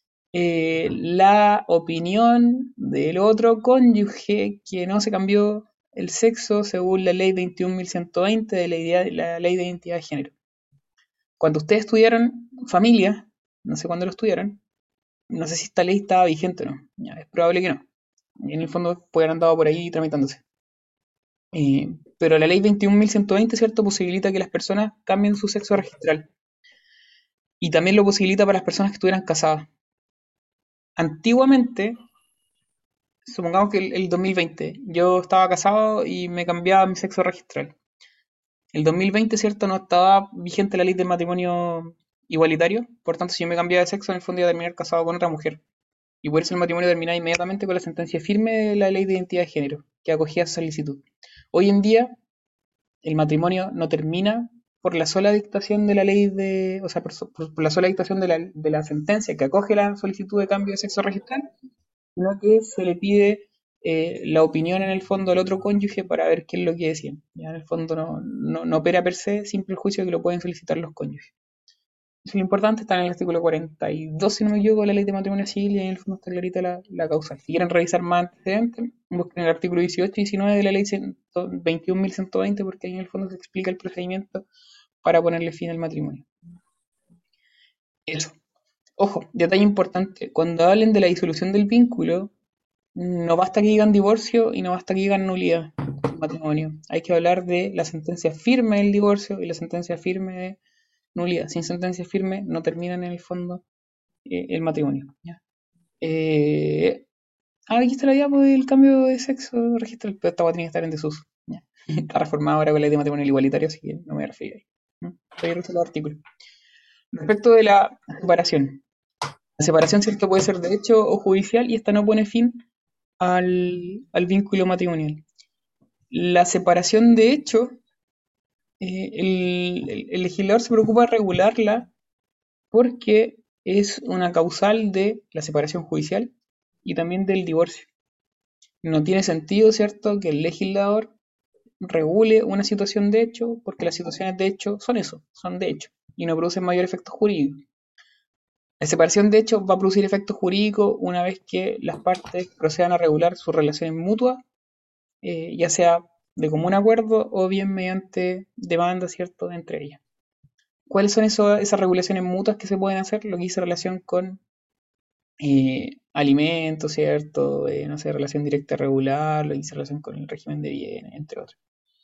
la opinión del otro cónyuge que no se cambió el sexo según la Ley 21.120 de la Ley de Identidad de Género. Cuando ustedes estudiaron familia, no sé cuándo lo estudiaron, no sé si esta ley estaba vigente o no, ya, es probable que no. Y en el fondo pueden andado por ahí tramitándose. Pero la ley 21.120, ¿cierto?, posibilita que las personas cambien su sexo registral. Y también lo posibilita para las personas que estuvieran casadas. Antiguamente, supongamos que el 2020, yo estaba casado y me cambiaba mi sexo registral. El 2020, ¿cierto?, no estaba vigente la ley del matrimonio igualitario. Por tanto, si yo me cambiaba de sexo, en el fondo iba a terminar casado con otra mujer. Y por eso el matrimonio terminaba inmediatamente con la sentencia firme de la ley de identidad de género, que acogía esa solicitud. Hoy en día, el matrimonio no termina por la sola dictación de la ley de, o sea, por la sola dictación de la sentencia que acoge la solicitud de cambio de sexo registral, sino que se le pide la opinión en el fondo al otro cónyuge para ver qué es lo que decían. Ya en el fondo no opera per se sin prejuicio que lo pueden solicitar los cónyuges. Eso es lo importante, está en el artículo 42, si no me equivoco, de la ley de matrimonio civil, y en el fondo está clarita la causal. Si quieren revisar más antecedentes, busquen el artículo 18 y 19 de la ley 21.120, porque ahí en el fondo se explica el procedimiento para ponerle fin al matrimonio. Eso. Ojo, detalle importante, cuando hablen de la disolución del vínculo, no basta que digan divorcio y no basta que digan nulidad del matrimonio. Hay que hablar de la sentencia firme del divorcio y la sentencia firme de nulidad. Sin sentencia firme no terminan en el fondo el matrimonio. ¿Ya? Aquí está la diapo del cambio de sexo registral, pero esta tiene que estar en desuso. ¿Ya? Está reformada ahora con la ley de matrimonio igualitario, así que no me voy a referir ahí. Voy a ir a los artículos. Respecto de la separación. La separación, ¿cierto?, puede ser de hecho o judicial y esta no pone fin al vínculo matrimonial. La separación de hecho, el legislador se preocupa de regularla porque es una causal de la separación judicial y también del divorcio. No tiene sentido, ¿cierto?, que el legislador regule una situación de hecho, porque las situaciones de hecho son eso, son de hecho, y no producen mayor efecto jurídico. La separación, de hecho, va a producir efectos jurídicos una vez que las partes procedan a regular sus relaciones mutuas, ya sea de común acuerdo o bien mediante demanda, ¿cierto?, entre ellas. ¿Cuáles son esas regulaciones mutuas que se pueden hacer? Lo que hizo relación con alimentos, ¿cierto? No sé, relación directa regular, lo que hizo relación con el régimen de bienes, entre otros.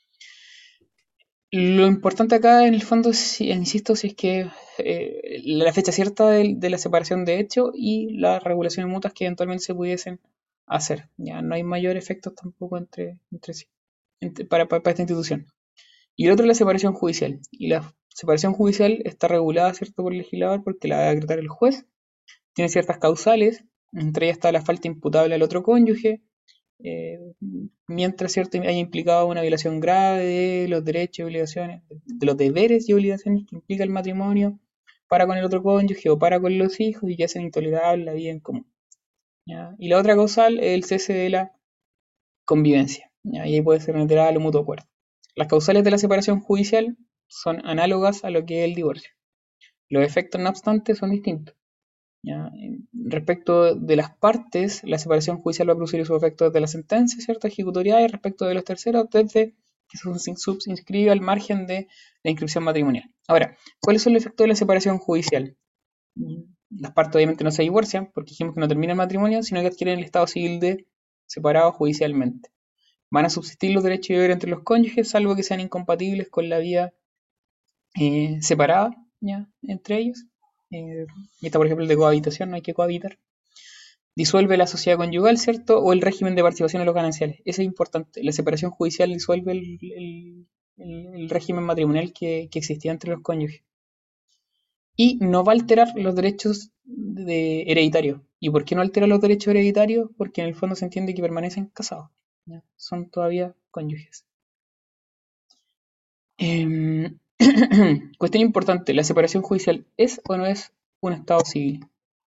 Lo importante acá, en el fondo, insisto, si es que la fecha cierta de la separación de hecho y las regulaciones mutuas que eventualmente se pudiesen hacer. Ya no hay mayor efectos tampoco entre sí, para esta institución. Y el otro es la separación judicial. Y la separación judicial está regulada, ¿cierto?, por el legislador porque la va a decretar el juez. Tiene ciertas causales, entre ellas está la falta imputable al otro cónyuge, eh, mientras, ¿cierto?, haya implicado una violación grave de los derechos y obligaciones, de los deberes y obligaciones que implica el matrimonio para con el otro cónyuge o para con los hijos y que hacen intolerable la vida en común. ¿Ya? Y la otra causal es el cese de la convivencia, ¿ya? Y ahí puede ser unilateral o mutuo acuerdo. Las causales de la separación judicial son análogas a lo que es el divorcio. Los efectos, no obstante, son distintos. ¿Ya? Respecto de las partes, la separación judicial va a producir sus efectos desde la sentencia, ¿cierto?, ejecutorial, y respecto de los terceros, desde que se subinscribe al margen de la inscripción matrimonial. Ahora, ¿cuáles son los efectos de la separación judicial? Las partes obviamente no se divorcian, porque dijimos que no termina el matrimonio, sino que adquieren el estado civil de separado judicialmente. Van a subsistir los derechos y deberes entre los cónyuges, salvo que sean incompatibles con la vida separada, ¿ya?, entre ellos. Y está, por ejemplo, el de cohabitación, no hay que cohabitar. Disuelve la sociedad conyugal, ¿cierto? O el régimen de participación en los gananciales. Eso es importante. La separación judicial disuelve el régimen matrimonial que existía entre los cónyuges. Y no va a alterar los derechos hereditarios. ¿Y por qué no altera los derechos hereditarios? Porque en el fondo se entiende que permanecen casados, ¿ya? Son todavía cónyuges. Cuestión importante, ¿la separación judicial es o no es un estado civil?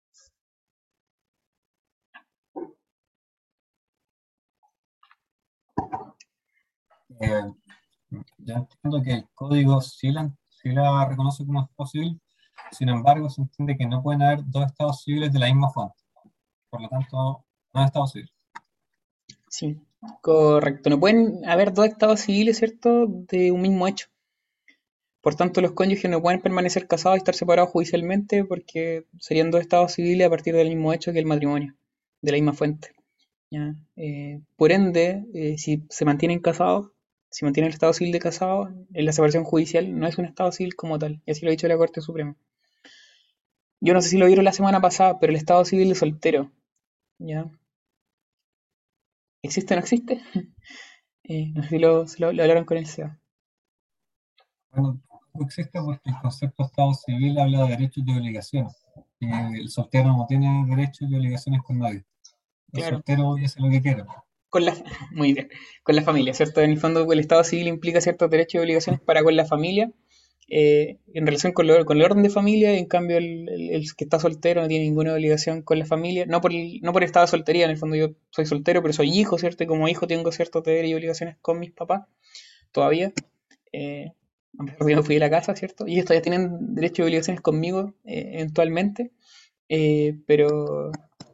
Eh, ya entiendo que el código sí la reconoce como estado civil, sin embargo, se entiende que no pueden haber dos estados civiles de la misma fuente. Por lo tanto, no es estado civil. Sí, correcto. No pueden haber dos estados civiles, ¿cierto?, de un mismo hecho. Por tanto, los cónyuges no pueden permanecer casados y estar separados judicialmente porque serían dos estados civiles a partir del mismo hecho que el matrimonio, de la misma fuente. ¿Ya? Por ende, si se mantienen casados, si mantienen el estado civil de casados, en la separación judicial no es un estado civil como tal, y así lo ha dicho la Corte Suprema. Yo no sé si lo vieron la semana pasada, pero el estado civil de soltero, ¿ya? ¿Existe o no existe? No sé si lo hablaron con el SEA. Bueno, tampoco existe porque el concepto de estado civil habla de derechos y obligaciones. Y el soltero no tiene derechos y obligaciones con nadie. El Claro, soltero puede hacer lo que quiera. con la, muy bien, con la familia, ¿cierto? En el fondo, el estado civil implica ciertos derechos y obligaciones para con la familia, en relación con el orden de familia, y en cambio el que está soltero no tiene ninguna obligación con la familia, no por estado de soltería, en el fondo yo soy soltero, pero soy hijo, ¿cierto? Y como hijo tengo ciertos deberes y obligaciones con mis papás, todavía, a pesar de que me fui de la casa, ¿cierto? Y ellos todavía tienen derechos y obligaciones conmigo, eventualmente, pero,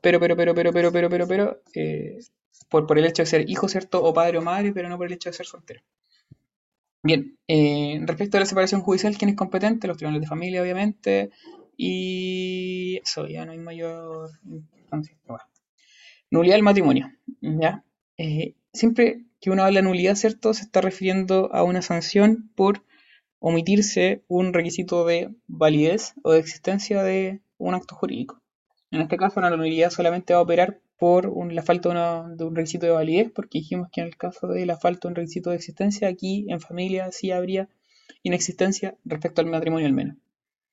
por el hecho de ser hijo, ¿cierto? O padre o madre, pero no por el hecho de ser soltero. Bien, respecto a la separación judicial, ¿quién es competente? Los tribunales de familia, obviamente. Y eso, ya no hay mayor importancia. Bueno. Nulidad del matrimonio, ¿ya? Siempre que uno habla de nulidad, ¿cierto? Se está refiriendo a una sanción por omitirse un requisito de validez o de existencia de un acto jurídico. En este caso, la nulidad solamente va a operar por la falta de un requisito de validez, porque dijimos que en el caso de la falta de un requisito de existencia, aquí en familia sí habría inexistencia respecto al matrimonio al menos.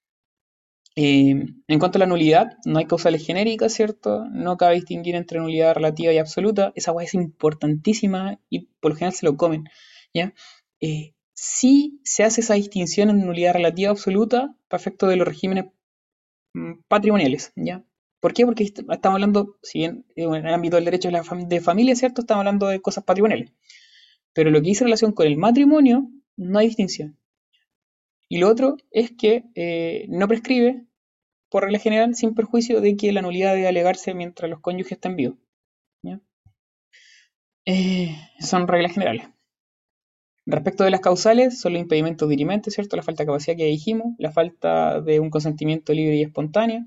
En cuanto a la nulidad, no hay causales genéricas, ¿cierto? No cabe distinguir entre nulidad relativa y absoluta. Esa hueá es importantísima y por lo general se lo comen, ¿ya? Sí se hace esa distinción en nulidad relativa absoluta para efecto de los regímenes patrimoniales, ¿ya? ¿Por qué? Porque estamos hablando, si bien en el ámbito del derecho de familia, ¿cierto? Estamos hablando de cosas patrimoniales. Pero lo que dice relación con el matrimonio, no hay distinción. Y lo otro es que no prescribe por regla general, sin perjuicio de que la nulidad debe alegarse mientras los cónyuges estén vivos. ¿Ya? Son reglas generales. Respecto de las causales, son los impedimentos dirimentes, ¿cierto? La falta de capacidad que ya dijimos, la falta de un consentimiento libre y espontáneo,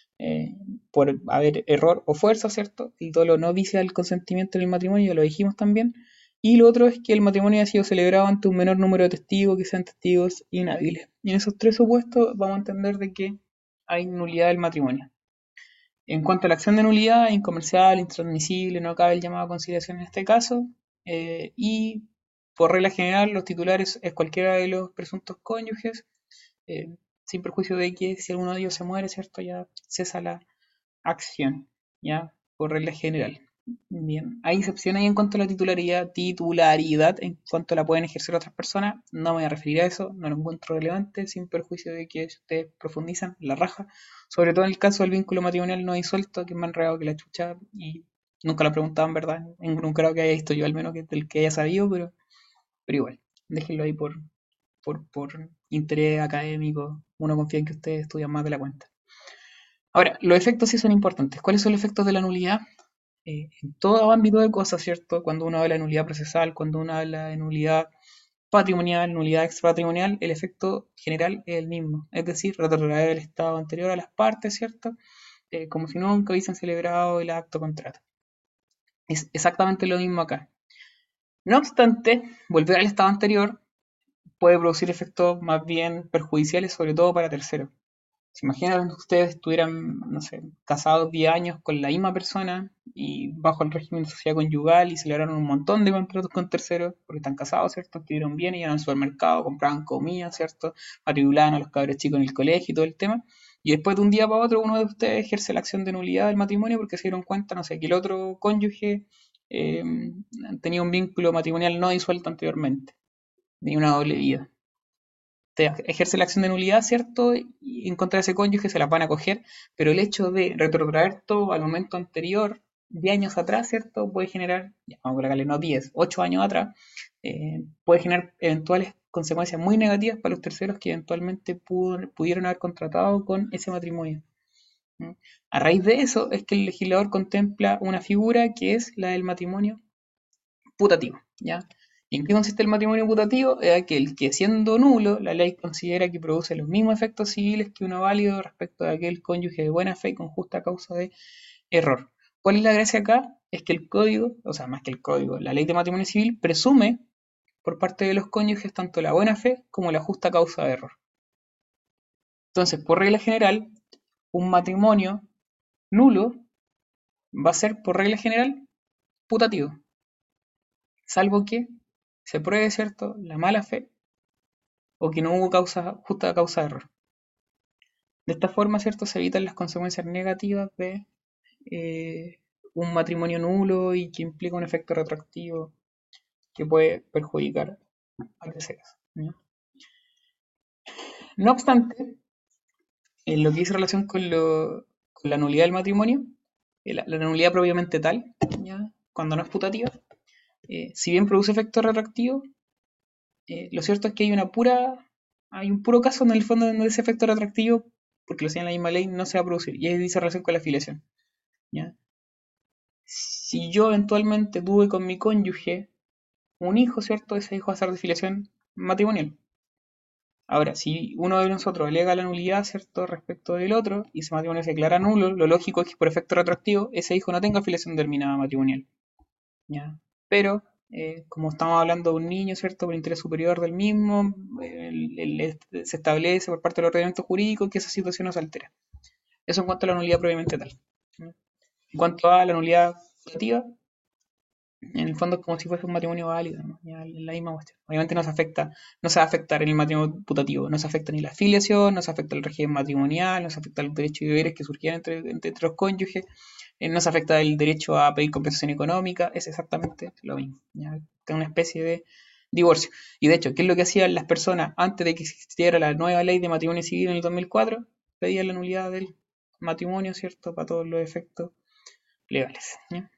por haber error o fuerza, ¿cierto? El dolo no vicia el consentimiento en el matrimonio, lo dijimos también. Y lo otro es que el matrimonio ha sido celebrado ante un menor número de testigos que sean testigos inhábiles. Y en esos tres supuestos vamos a entender de que hay nulidad del matrimonio. En cuanto a la acción de nulidad, incomercial, intransmisible, no cabe el llamado a conciliación en este caso. Y por regla general, los titulares es cualquiera de los presuntos cónyuges, eh, sin perjuicio de que si alguno de ellos se muere, ¿cierto? Ya cesa la acción, ¿ya? Por regla general. Bien, hay excepciones ahí en cuanto a la titularidad, en cuanto la pueden ejercer otras personas. No me voy a referir a eso, no lo encuentro relevante, sin perjuicio de que ustedes profundizan la raja, sobre todo en el caso del vínculo matrimonial no disuelto, que es más enredado que la chucha y nunca lo preguntaban, ¿verdad? Nunca creo que haya visto yo, al menos que del que haya sabido, pero igual, déjenlo ahí por interés académico. Uno confía en que ustedes estudian más de la cuenta. Ahora, los efectos sí son importantes. ¿Cuáles son los efectos de la nulidad? En todo ámbito de cosas, ¿cierto? Cuando uno habla de nulidad procesal, cuando uno habla de nulidad patrimonial, nulidad extrapatrimonial, el efecto general es el mismo. Es decir, retroceder el estado anterior a las partes, ¿cierto? Como si nunca hubiesen celebrado el acto contrato. Es exactamente lo mismo acá. No obstante, volver al estado anterior puede producir efectos más bien perjudiciales, sobre todo para terceros. ¿Se imaginan que ustedes estuvieran, no sé, casados 10 años con la misma persona y bajo el régimen de sociedad conyugal y celebraron un montón de contratos con terceros porque están casados, ¿cierto? Estuvieron bien, iban al supermercado, compraban comida, ¿cierto? Matriculaban a los cabros chicos en el colegio y todo el tema. Y después de un día para otro uno de ustedes ejerce la acción de nulidad del matrimonio porque se dieron cuenta, no sé, que el otro cónyuge eh, tenía un vínculo matrimonial no disuelto anteriormente, tenía una doble vida. Te ejerce la acción de nulidad, ¿cierto? Y en contra de ese cónyuge se las van a coger, pero el hecho de retrotraer todo al momento anterior, de años atrás, ¿cierto? Puede generar, vamos a colocarle no 10, 8 años atrás, puede generar eventuales consecuencias muy negativas para los terceros que eventualmente pudieron haber contratado con ese matrimonio. ¿Mm? A raíz de eso es que el legislador contempla una figura que es la del matrimonio putativo, ¿ya? ¿Y en qué consiste el matrimonio putativo? Es aquel que, siendo nulo, la ley considera que produce los mismos efectos civiles que uno válido respecto de aquel cónyuge de buena fe y con justa causa de error. ¿Cuál es la gracia acá? Es que el código, o sea, más que el código, la ley de matrimonio civil presume por parte de los cónyuges tanto la buena fe como la justa causa de error. Entonces, por regla general, un matrimonio nulo va a ser, por regla general, putativo, salvo que se pruebe, ¿cierto?, la mala fe o que no hubo justa causa de error. De esta forma, ¿cierto?, se evitan las consecuencias negativas de un matrimonio nulo y que implica un efecto retroactivo que puede perjudicar a terceros, ¿no? No obstante, en lo que dice relación con la nulidad del matrimonio, la nulidad propiamente tal, ¿ya?, cuando no es putativa, si bien produce efecto retroactivo, lo cierto es que hay un puro caso en el fondo donde ese efecto retroactivo, porque lo señala la misma ley, no se va a producir, y ahí dice relación con la afiliación, ¿ya? Si yo eventualmente tuve con mi cónyuge un hijo, ¿cierto? Ese hijo va a ser de filiación matrimonial. Ahora, si uno de nosotros alega la nulidad, ¿cierto?, respecto del otro, y ese matrimonio se declara nulo, lo lógico es que por efecto retroactivo ese hijo no tenga filiación terminada matrimonial, ¿ya? Pero, como estamos hablando de un niño, ¿cierto?, por interés superior del mismo, se establece por parte del ordenamiento jurídico que esa situación no se altera. Eso en cuanto a la nulidad propiamente tal. ¿No? En cuanto a la nulidad putativa, en el fondo es como si fuese un matrimonio válido, ¿no? Ya la misma cuestión. Obviamente no se va a afectar en el matrimonio putativo, no se afecta ni la afiliación, no se afecta el régimen matrimonial, no se afecta los derechos y deberes que surgían entre los cónyuges, no se afecta el derecho a pedir compensación económica, es exactamente lo mismo. ¿Ya? Es una especie de divorcio. Y de hecho, ¿qué es lo que hacían las personas antes de que existiera la nueva ley de matrimonio civil en el 2004? Pedían la nulidad del matrimonio, ¿cierto? Para todos los efectos legales. ¿Ya?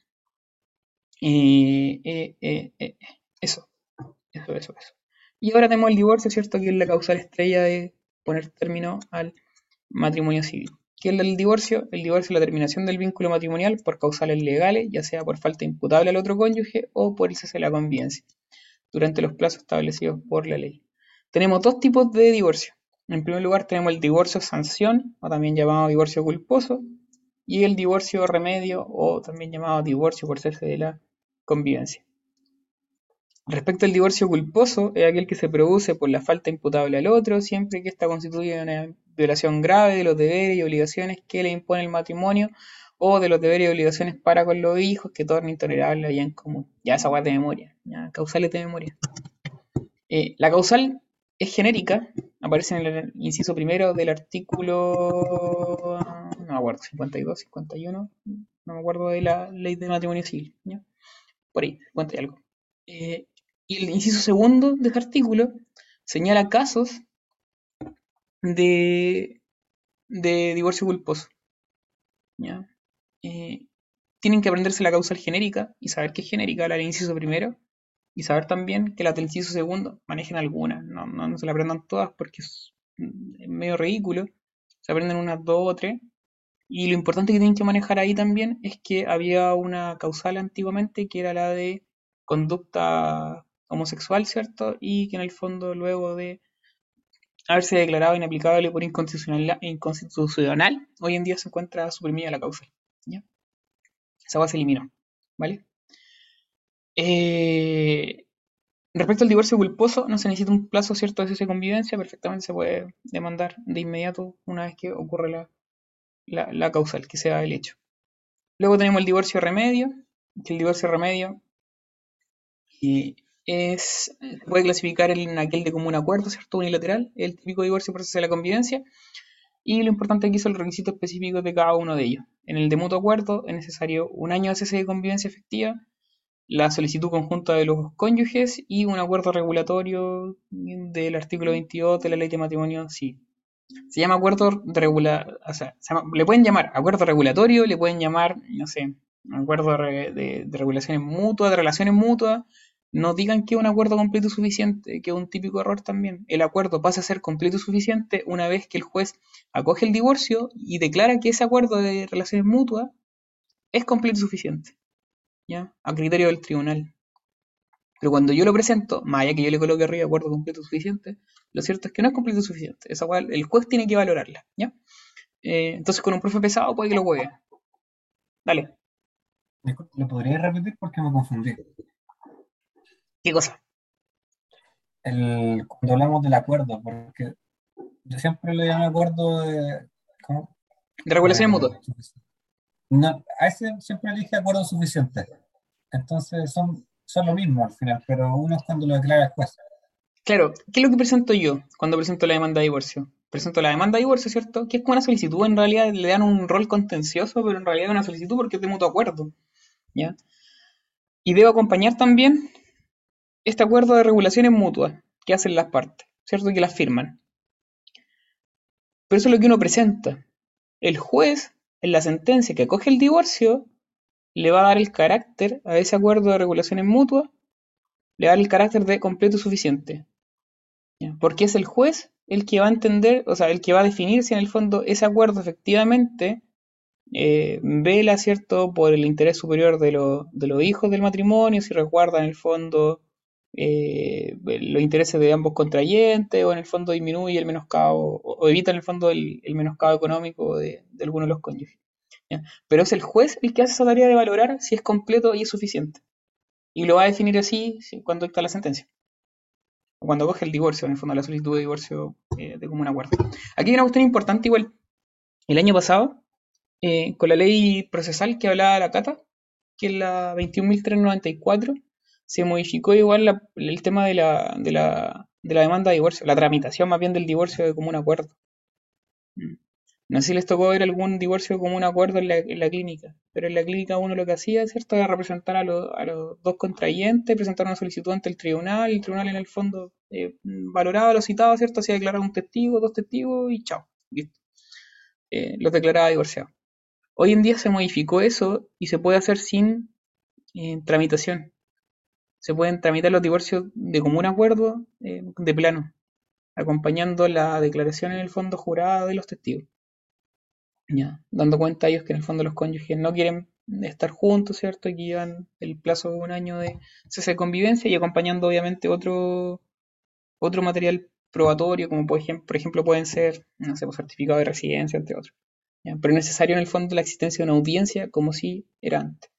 Eso, eso. Y ahora tenemos el divorcio, ¿cierto? Que es la causal estrella de poner término al matrimonio civil. ¿Qué es el divorcio? El divorcio es la terminación del vínculo matrimonial por causales legales, ya sea por falta imputable al otro cónyuge o por el cese de la convivencia, durante los plazos establecidos por la ley. Tenemos dos tipos de divorcio. En primer lugar tenemos el divorcio sanción, o también llamado divorcio culposo, y el divorcio remedio, o también llamado divorcio por cese de la convivencia. Respecto al divorcio culposo, es aquel que se produce por la falta imputable al otro, siempre que ésta constituye una violación grave de los deberes y obligaciones que le impone el matrimonio o de los deberes y obligaciones para con los hijos que torna intolerable allá en común. Ya esa guay de memoria, ya causales de memoria. La causal es genérica, aparece en el inciso primero del artículo, no me acuerdo, 52, 51, no me acuerdo de la ley de matrimonio civil, ¿ya? Por ahí, 50 y algo. Y el inciso segundo de este artículo señala casos de, de divorcio culposo, ¿ya? Tienen que aprenderse la causal genérica y saber qué es genérica, la del inciso primero, y saber también que las del inciso segundo manejen algunas, no se la aprendan todas porque es medio ridículo, se aprenden unas dos o tres, y lo importante que tienen que manejar ahí también es que había una causal antiguamente que era la de conducta homosexual, ¿cierto? Y que en el fondo luego de haberse declarado inaplicable por inconstitucional, hoy en día se encuentra suprimida la causal, ¿ya? Esa base se eliminó, ¿vale? Eh, Respecto al divorcio culposo, no se necesita un plazo cierto de cese de convivencia, perfectamente se puede demandar de inmediato una vez que ocurre la causal, que sea el hecho. Luego tenemos el divorcio remedio, que el divorcio remedio se puede clasificar en aquel de común acuerdo, ¿cierto? Unilateral, el típico divorcio por cese de la convivencia, y lo importante aquí son los requisitos específicos de cada uno de ellos. En el de mutuo acuerdo es necesario un año de cese de convivencia efectiva, la solicitud conjunta de los cónyuges y un acuerdo regulatorio del artículo 22 de la ley de matrimonio civil. Se llama acuerdo o sea, le pueden llamar acuerdo regulatorio, le pueden llamar, no sé, acuerdo de regulaciones mutuas, de relaciones mutuas. No digan que es un acuerdo completo y suficiente, que es un típico error también. El acuerdo pasa a ser completo y suficiente una vez que el juez acoge el divorcio y declara que ese acuerdo de relaciones mutuas es completo y suficiente, ¿ya? A criterio del tribunal. Pero cuando yo lo presento, más allá que yo le coloque arriba acuerdo completo suficiente, lo cierto es que no es completo suficiente. Esa cual el juez tiene que valorarla, ¿ya? Entonces con un profe pesado puede que lo juegue. Dale. Disculpe, ¿lo podría repetir porque me confundí? ¿Qué cosa? Cuando hablamos del acuerdo, porque yo siempre lo llamo acuerdo de, ¿cómo? De regulaciones mutuas. No, a ese siempre le dije acuerdo suficiente. Entonces son lo mismo al final, pero uno es cuando lo declara el juez. Claro, ¿qué es lo que presento yo cuando presento la demanda de divorcio? Presento la demanda de divorcio, ¿cierto? Que es como una solicitud, en realidad le dan un rol contencioso, pero en realidad es una solicitud porque es de mutuo acuerdo, ¿ya? Y debo acompañar también este acuerdo de regulaciones mutuas que hacen las partes, ¿cierto? Que las firman. Pero eso es lo que uno presenta. El juez, en la sentencia que acoge el divorcio, le va a dar el carácter a ese acuerdo de regulaciones mutuas, le va a dar el carácter de completo y suficiente. ¿Ya? Porque es el juez el que va a entender, o sea, el que va a definir si en el fondo ese acuerdo efectivamente vela, ¿cierto?, por el interés superior de los hijos del matrimonio, si resguarda en el fondo los intereses de ambos contrayentes, o en el fondo disminuye el menoscabo, o evita en el fondo el menoscabo económico de alguno de los cónyuges. ¿Ya? Pero es el juez el que hace esa tarea de valorar si es completo y es suficiente. Y lo va a definir así cuando dicta la sentencia. O cuando coge el divorcio, en el fondo la solicitud de divorcio de común acuerdo. Aquí hay una cuestión importante igual. El año pasado, con la ley procesal que hablaba la Cata, que es la 21.394, se modificó igual el tema de la demanda de divorcio, la tramitación más bien del divorcio de común acuerdo. No sé si les tocó ver algún divorcio de común acuerdo en la clínica, pero en la clínica uno lo que hacía, ¿cierto?, era representar a los dos contrayentes, presentar una solicitud ante el tribunal en el fondo valoraba, lo citaba, ¿cierto?, hacía declarar un testigo, dos testigos y chao, listo. Los declaraba divorciados. Hoy en día se modificó eso y se puede hacer sin tramitación. Se pueden tramitar los divorcios de común acuerdo de plano, acompañando la declaración en el fondo jurada de los testigos. ya, dando cuenta a ellos que en el fondo los cónyuges no quieren estar juntos, ¿cierto? Y que llevan el plazo de un año de cese de convivencia y acompañando obviamente otro material probatorio, como por ejemplo pueden ser, no sé, pues, certificado de residencia, entre otros. ¿Ya? Pero es necesario en el fondo la existencia de una audiencia como si era antes.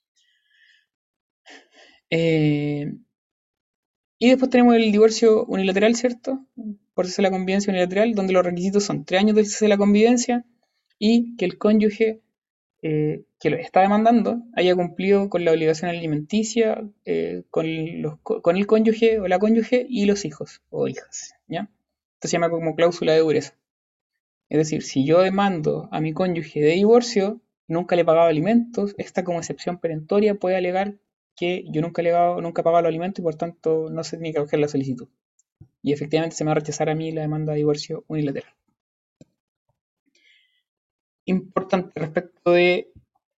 Eh, y después tenemos el divorcio unilateral, ¿cierto? Por cese de la convivencia unilateral, donde los requisitos son 3 años del cese de la convivencia y que el cónyuge que lo está demandando haya cumplido con la obligación alimenticia con el cónyuge o la cónyuge y los hijos o hijas, ¿ya? Esto se llama como cláusula de dureza. Es decir, si yo demando a mi cónyuge de divorcio, nunca le he pagado alimentos, esta como excepción perentoria puede alegar que yo nunca he pagado los alimentos y por tanto no se tiene que acoger la solicitud. Y efectivamente se me va a rechazar a mí la demanda de divorcio unilateral. Importante respecto de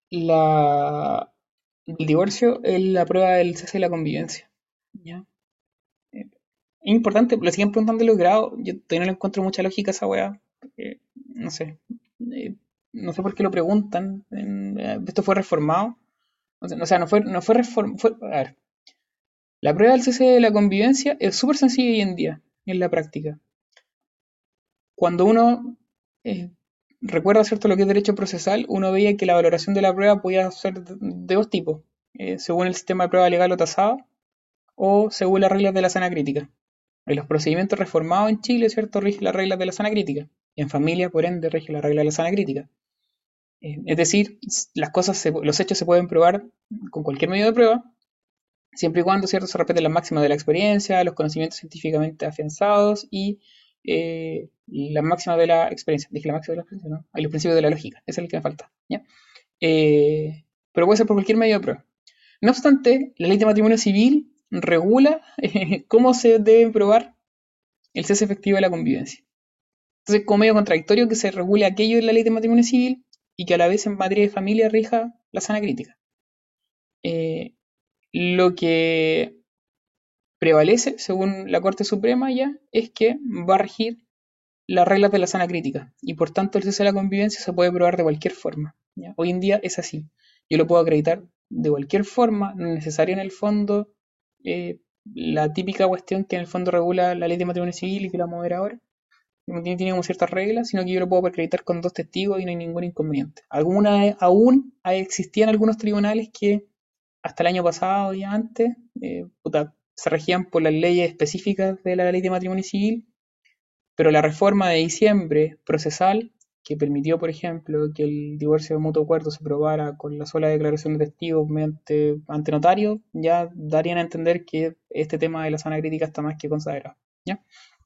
del divorcio es la prueba del cese de la convivencia. ¿Ya? Es importante, lo siguen preguntando los grados. Yo todavía no le encuentro mucha lógica a esa weá. No sé. No sé por qué lo preguntan. Esto fue reformado. O sea, no fue reformado. A ver, la prueba del cese de la convivencia es súper sencilla hoy en día, en la práctica. Cuando uno eh, recuerda, ¿cierto?, lo que es derecho procesal, uno veía que la valoración de la prueba podía ser de dos tipos, según el sistema de prueba legal o tasado, o según las reglas de la sana crítica. En los procedimientos reformados en Chile, ¿cierto?, rige las reglas de la sana crítica. Y en familia, por ende, rige la regla de la sana crítica. Es decir, los hechos se pueden probar con cualquier medio de prueba, siempre y cuando, ¿cierto?, se respeten las máximas de la experiencia, los conocimientos científicamente afianzados y las máximas de la experiencia. Dije la máxima de la experiencia, ¿no? Hay los principios de la lógica, ese es el que me falta. ¿Ya? Pero puede ser por cualquier medio de prueba. No obstante, la ley de matrimonio civil regula cómo se debe probar el cese efectivo de la convivencia. Entonces, como medio contradictorio que se regule aquello en la ley de matrimonio civil y que a la vez en materia de familia rija la sana crítica. Lo que prevalece, según la Corte Suprema ya, es que va a regir las reglas de la sana crítica y por tanto el cese de la convivencia se puede probar de cualquier forma. ¿Ya? Hoy en día es así. Yo lo puedo acreditar de cualquier forma, no es necesario en el fondo la típica cuestión que en el fondo regula la ley de matrimonio civil y que la vamos a ver ahora. No tiene como ciertas reglas, sino que yo lo puedo acreditar con 2 testigos y no hay ningún inconveniente. Aún existían algunos tribunales que hasta el año pasado y antes se regían por las leyes específicas de la ley de matrimonio civil, pero la reforma de diciembre procesal, que permitió, por ejemplo, que el divorcio de mutuo acuerdo se probara con la sola declaración de testigos ante notario, ya darían a entender que este tema de la sana crítica está más que consagrado. ¿Ya?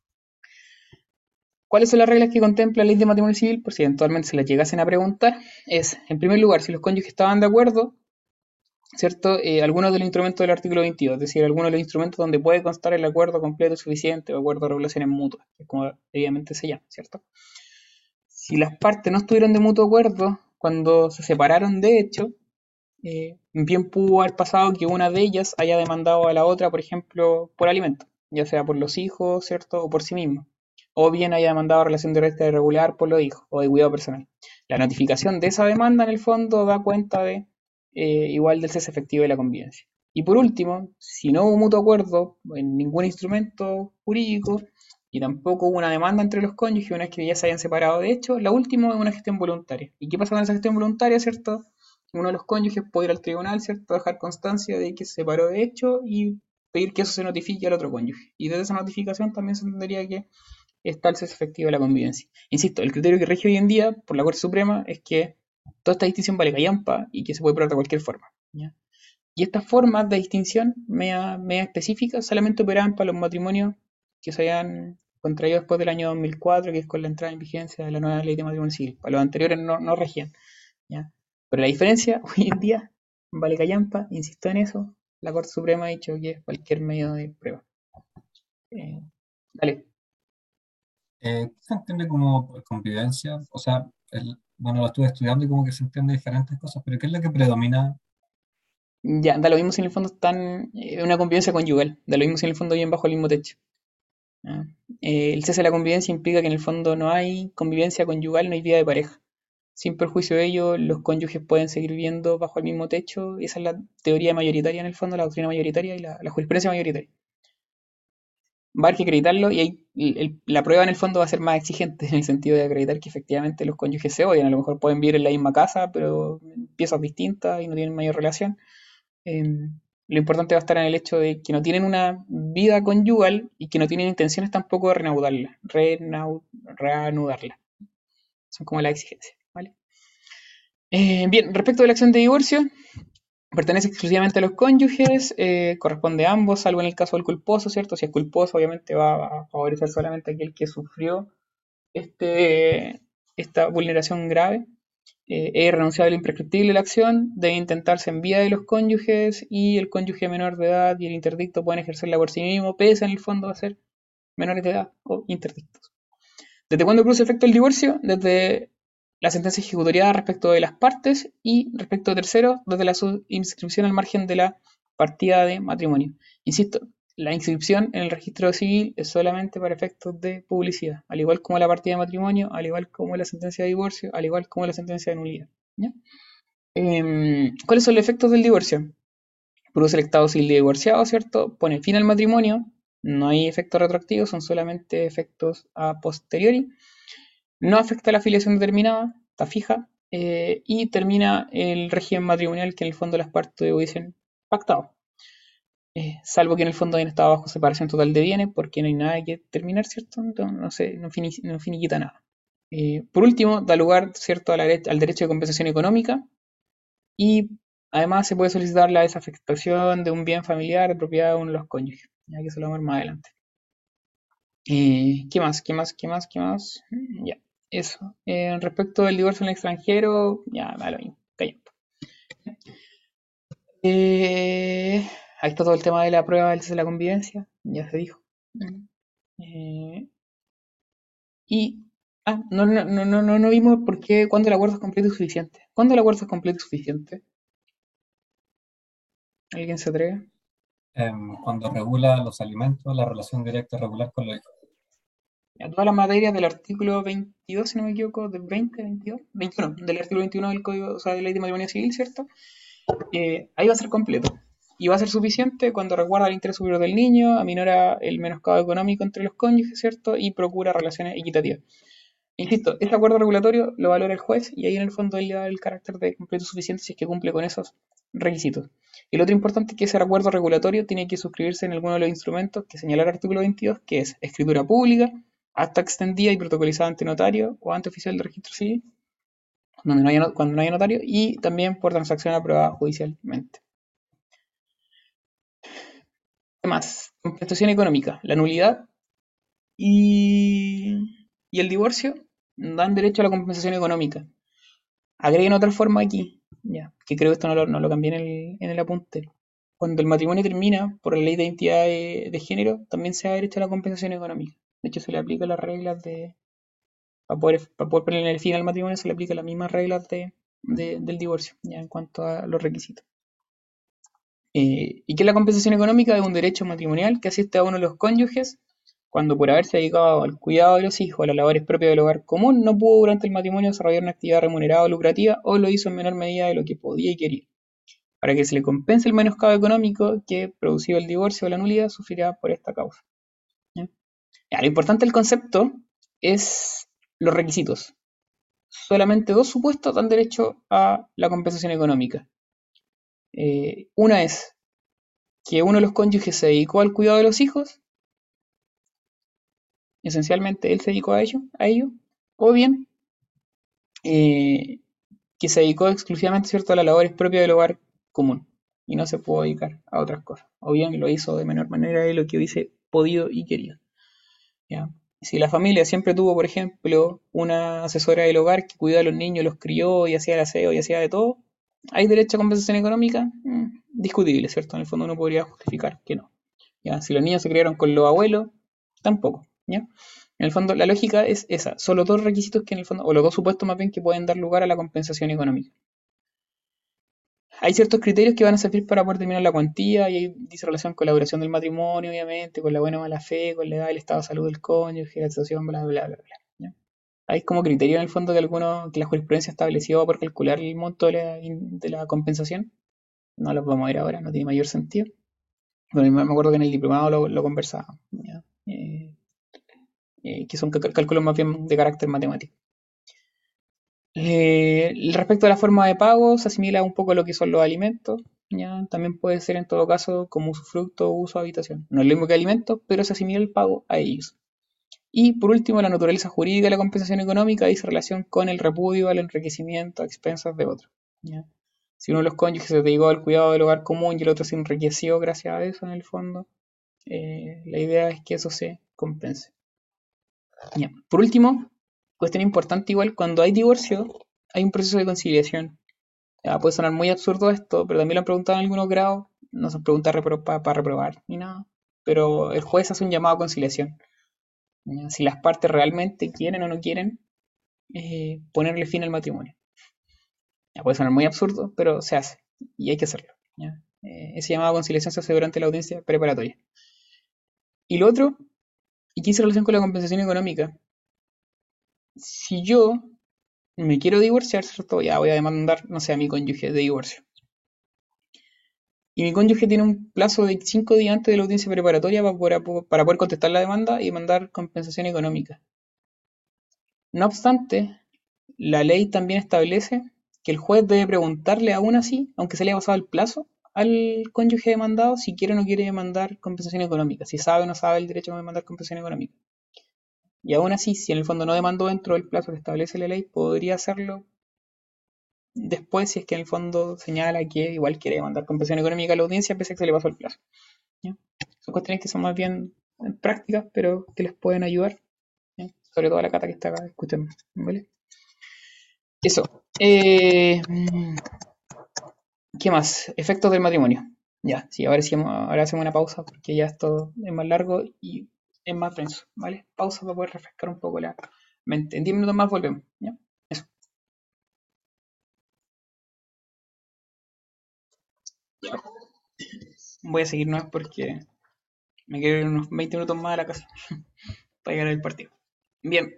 ¿Cuáles son las reglas que contempla la ley de matrimonio civil? Por si eventualmente se las llegasen a preguntar, es, en primer lugar, si los cónyuges estaban de acuerdo, ¿cierto? Algunos de los instrumentos del artículo 22, es decir, algunos de los instrumentos donde puede constar el acuerdo completo y suficiente o acuerdo de regulaciones mutuas, que es como debidamente se llama, ¿cierto? Si las partes no estuvieron de mutuo acuerdo cuando se separaron de hecho, bien pudo haber pasado que una de ellas haya demandado a la otra, por ejemplo, por alimentos, ya sea por los hijos, ¿cierto? O por sí mismo. O bien haya demandado relación directa irregular por los hijos o de cuidado personal. La notificación de esa demanda, en el fondo, da cuenta de igual del cese efectivo de la convivencia. Y por último, si no hubo mutuo acuerdo en ningún instrumento jurídico y tampoco hubo una demanda entre los cónyuges una vez que ya se hayan separado de hecho, la última es una gestión voluntaria. ¿Y qué pasa con esa gestión voluntaria, cierto? Uno de los cónyuges puede ir al tribunal, ¿cierto? Dejar constancia de que se separó de hecho y pedir que eso se notifique al otro cónyuge. Y desde esa notificación también se entendería que está el cese efectivo de la convivencia. Insisto, el criterio que rige hoy en día por la Corte Suprema es que toda esta distinción vale callampa y que se puede probar de cualquier forma. ¿Ya? Y estas formas de distinción media específicas solamente operaban para los matrimonios que se hayan contraído después del año 2004, que es con la entrada en vigencia de la nueva ley de matrimonio civil. Para los anteriores no regían. ¿Ya? Pero la diferencia hoy en día vale callampa, insisto en eso, la Corte Suprema ha dicho que es cualquier medio de prueba. Dale. ¿Qué se entiende como convivencia? O sea, bueno, lo estuve estudiando y como que se entiende diferentes cosas, pero ¿qué es lo que predomina? Ya, da lo mismo si en el fondo están en una convivencia conyugal, da lo mismo si en el fondo viven bajo el mismo techo. ¿Ya? El cese de la convivencia implica que en el fondo no hay convivencia conyugal, no hay vida de pareja. sin perjuicio de ello, los cónyuges pueden seguir viviendo bajo el mismo techo. Esa es la teoría mayoritaria en el fondo, la doctrina mayoritaria y la jurisprudencia mayoritaria. Va a haber que acreditarlo y ahí la prueba en el fondo va a ser más exigente en el sentido de acreditar que efectivamente los cónyuges se odian. A lo mejor pueden vivir en la misma casa, pero en piezas distintas y no tienen mayor relación. Lo importante va a estar en el hecho de que no tienen una vida conyugal y que no tienen intenciones tampoco de reanudarla. Son como las exigencias, ¿vale? Bien, respecto de la acción de divorcio, pertenece exclusivamente a los cónyuges, corresponde a ambos, salvo en el caso del culposo, ¿cierto? Si es culposo, obviamente va a favorecer solamente a aquel que sufrió esta vulneración grave. Es irrenunciable e imprescriptible la acción, debe intentarse en vida de los cónyuges y el cónyuge menor de edad y el interdicto pueden ejercerla por sí mismo, pese en el fondo a ser menores de edad o interdictos. ¿Desde cuándo produce efecto el divorcio? Desde la sentencia ejecutoriada respecto de las partes y respecto de terceros, desde la inscripción al margen de la partida de matrimonio. Insisto, la inscripción en el registro civil es solamente para efectos de publicidad, al igual como la partida de matrimonio, al igual como la sentencia de divorcio, al igual como la sentencia de nulidad. ¿Ya? ¿Cuáles son los efectos del divorcio? Produce el estado civil de divorciado, ¿cierto? Pone fin al matrimonio, no hay efectos retroactivos, son solamente efectos a posteriori. No afecta a la afiliación determinada, está fija, y termina el régimen matrimonial que en el fondo las partes hubiesen pactado. Salvo que en el fondo hayan estado bajo separación total de bienes, porque no hay nada que terminar, ¿cierto? Entonces, no finiquita nada. Por último, da lugar, ¿cierto?, al derecho de compensación económica y además se puede solicitar la desafectación de un bien familiar de propiedad de uno de los cónyuges, ya que eso lo vamos a ver más adelante. ¿Qué más? Ya, eso. Respecto del divorcio en el extranjero, ya, da lo mismo, callando. Ahí está todo el tema de la prueba del cese de la convivencia, ya se dijo. No vimos por qué, cuándo el acuerdo es completo y suficiente. ¿Cuándo el acuerdo es completo y suficiente? ¿Alguien se atreve? Cuando regula los alimentos, la relación directa regular con los hijos. A todas las materias del artículo 22, si no me equivoco, del 20, 22, 21, del artículo 21 del Código, o sea, de la Ley de Matrimonio Civil, ¿cierto? Ahí va a ser completo. Y va a ser suficiente cuando resguarda el interés superior del niño, aminora el menoscabo económico entre los cónyuges, ¿cierto? Y procura relaciones equitativas. Insisto, este acuerdo regulatorio lo valora el juez y ahí en el fondo él le da el carácter de completo suficiente si es que cumple con esos requisitos. Y lo otro importante es que ese acuerdo regulatorio tiene que suscribirse en alguno de los instrumentos que señala el artículo 22, que es escritura pública, acta extendida y protocolizada ante notario o ante oficial de registro civil, cuando no haya notario, y también por transacción aprobada judicialmente. ¿Qué más? Compensación económica, la nulidad y el divorcio dan derecho a la compensación económica. Agreguen otra forma aquí, ya, que creo que esto no lo cambié en el apunte. Cuando el matrimonio termina, por la ley de identidad de género, también se da derecho a la compensación económica. De hecho, se le aplica las reglas para poder ponerle el fin al matrimonio, se le aplica las mismas reglas del divorcio, ya en cuanto a los requisitos. ¿Y qué es la compensación económica? Es un derecho matrimonial que asiste a uno de los cónyuges cuando por haberse dedicado al cuidado de los hijos, a las labores propias del hogar común, no pudo durante el matrimonio desarrollar una actividad remunerada o lucrativa o lo hizo en menor medida de lo que podía y quería. Para que se le compense el menoscabo económico que producido el divorcio o la nulidad sufrirá por esta causa. ¿Ya? Ya, lo importante del concepto es los requisitos. Solamente dos supuestos dan derecho a la compensación económica. Una es que uno de los cónyuges se dedicó al cuidado de los hijos, esencialmente él se dedicó a ello, o bien que se dedicó exclusivamente, ¿cierto?, a las labores propias del hogar común y no se pudo dedicar a otras cosas, o bien lo hizo de menor manera de lo que hubiese podido y querido. ¿Ya? Si la familia siempre tuvo, por ejemplo, una asesora del hogar que cuidaba a los niños, los crió y hacía el aseo y hacía de todo, ¿hay derecho a compensación económica? Discutible, ¿cierto? En el fondo uno podría justificar que no. ¿Ya? Si los niños se criaron con los abuelos, tampoco. ¿Ya? En el fondo, la lógica es esa. Son los dos requisitos que en el fondo, o los dos supuestos más bien, que pueden dar lugar a la compensación económica. Hay ciertos criterios que van a servir para poder determinar la cuantía, y ahí dice relación con la duración del matrimonio, obviamente, con la buena o mala fe, con la edad, el estado de salud del cónyuge, la situación, bla, bla, bla, bla. ¿Ya? Hay como criterio en el fondo que la jurisprudencia estableció por calcular el monto de la compensación. No los vamos a ver ahora, no tiene mayor sentido. Pero me acuerdo que en el diplomado lo conversaba, ¿ya? Que son cálculos más bien de carácter matemático. Respecto a la forma de pago, se asimila un poco a lo que son los alimentos. ¿Ya? También puede ser en todo caso como usufructo o uso de habitación. No es lo mismo que alimentos, pero se asimila el pago a ellos. Y por último, la naturaleza jurídica de la compensación económica dice relación con el repudio al enriquecimiento a expensas de otro. ¿Ya? Si uno de los cónyuges se dedicó al cuidado del hogar común y el otro se enriqueció gracias a eso, en el fondo, la idea es que eso se compense. ¿Ya? Por último, cuestión importante igual, cuando hay divorcio, hay un proceso de conciliación. Ya, puede sonar muy absurdo esto, pero también lo han preguntado en algunos grados, no se pregunta para reprobar ni nada, pero el juez hace un llamado a conciliación. ¿Ya? Si las partes realmente quieren o no quieren ponerle fin al matrimonio. Ya, puede sonar muy absurdo, pero se hace y hay que hacerlo. ¿Ya? Ese llamado a conciliación se hace durante la audiencia preparatoria. Y lo otro, y que hice relación con la compensación económica. Si yo me quiero divorciar, ¿cierto? Ya voy a demandar, no sé, a mi cónyuge de divorcio. Y mi cónyuge tiene un plazo de 5 días antes de la audiencia preparatoria para poder contestar la demanda y mandar compensación económica. No obstante, la ley también establece que el juez debe preguntarle aún así, aunque se le haya pasado el plazo, al cónyuge demandado si quiere o no quiere demandar compensación económica, si sabe o no sabe el derecho a demandar compensación económica. Y aún así, si en el fondo no demandó dentro del plazo que establece la ley, podría hacerlo después si es que en el fondo señala que igual quiere demandar compensación económica a la audiencia pese a que se le pasó el plazo. ¿Ya? Son cuestiones que son más bien prácticas, pero que les pueden ayudar, ¿ya? Sobre todo a la cata que está acá escuchando, ¿vale? Eso. ¿Qué más? Efectos del matrimonio. Ya, sí, ahora hacemos una pausa porque ya esto es más largo y es más denso, ¿vale? Pausa para poder refrescar un poco la mente. En 10 minutos más volvemos, ¿ya? Eso. Ya. Voy a seguir nomás porque me quiero ir unos 20 minutos más a la casa para llegar al partido. Bien,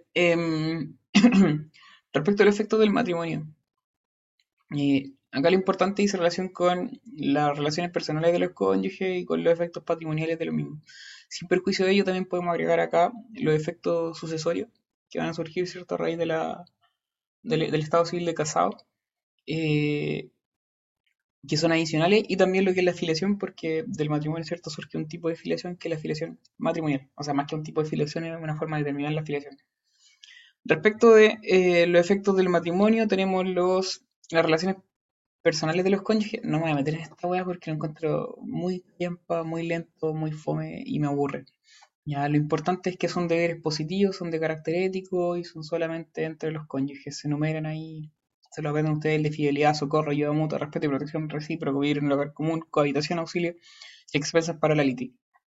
respecto al efecto del matrimonio, acá lo importante dice relación con las relaciones personales de los cónyuges y con los efectos patrimoniales de lo mismo. Sin perjuicio de ello, también podemos agregar acá los efectos sucesorios que van a surgir, ¿cierto?, a raíz del estado civil de casado, eh, que son adicionales, y también lo que es la filiación, porque del matrimonio, ¿cierto?, surge un tipo de filiación que es la filiación matrimonial. O sea, más que un tipo de filiación, es una forma de determinar la filiación. Respecto de los efectos del matrimonio, tenemos las relaciones personales de los cónyuges. No me voy a meter en esta wea porque lo encuentro muy tiempo, muy lento, muy fome y me aburre. Ya, lo importante es que son deberes positivos, son de carácter ético y son solamente entre los cónyuges. Se enumeran ahí, se lo aprenden ustedes: de fidelidad, socorro, ayuda mutua, respeto y protección recíproca, vivir en un lugar común, cohabitación, auxilio y expensas para la litis.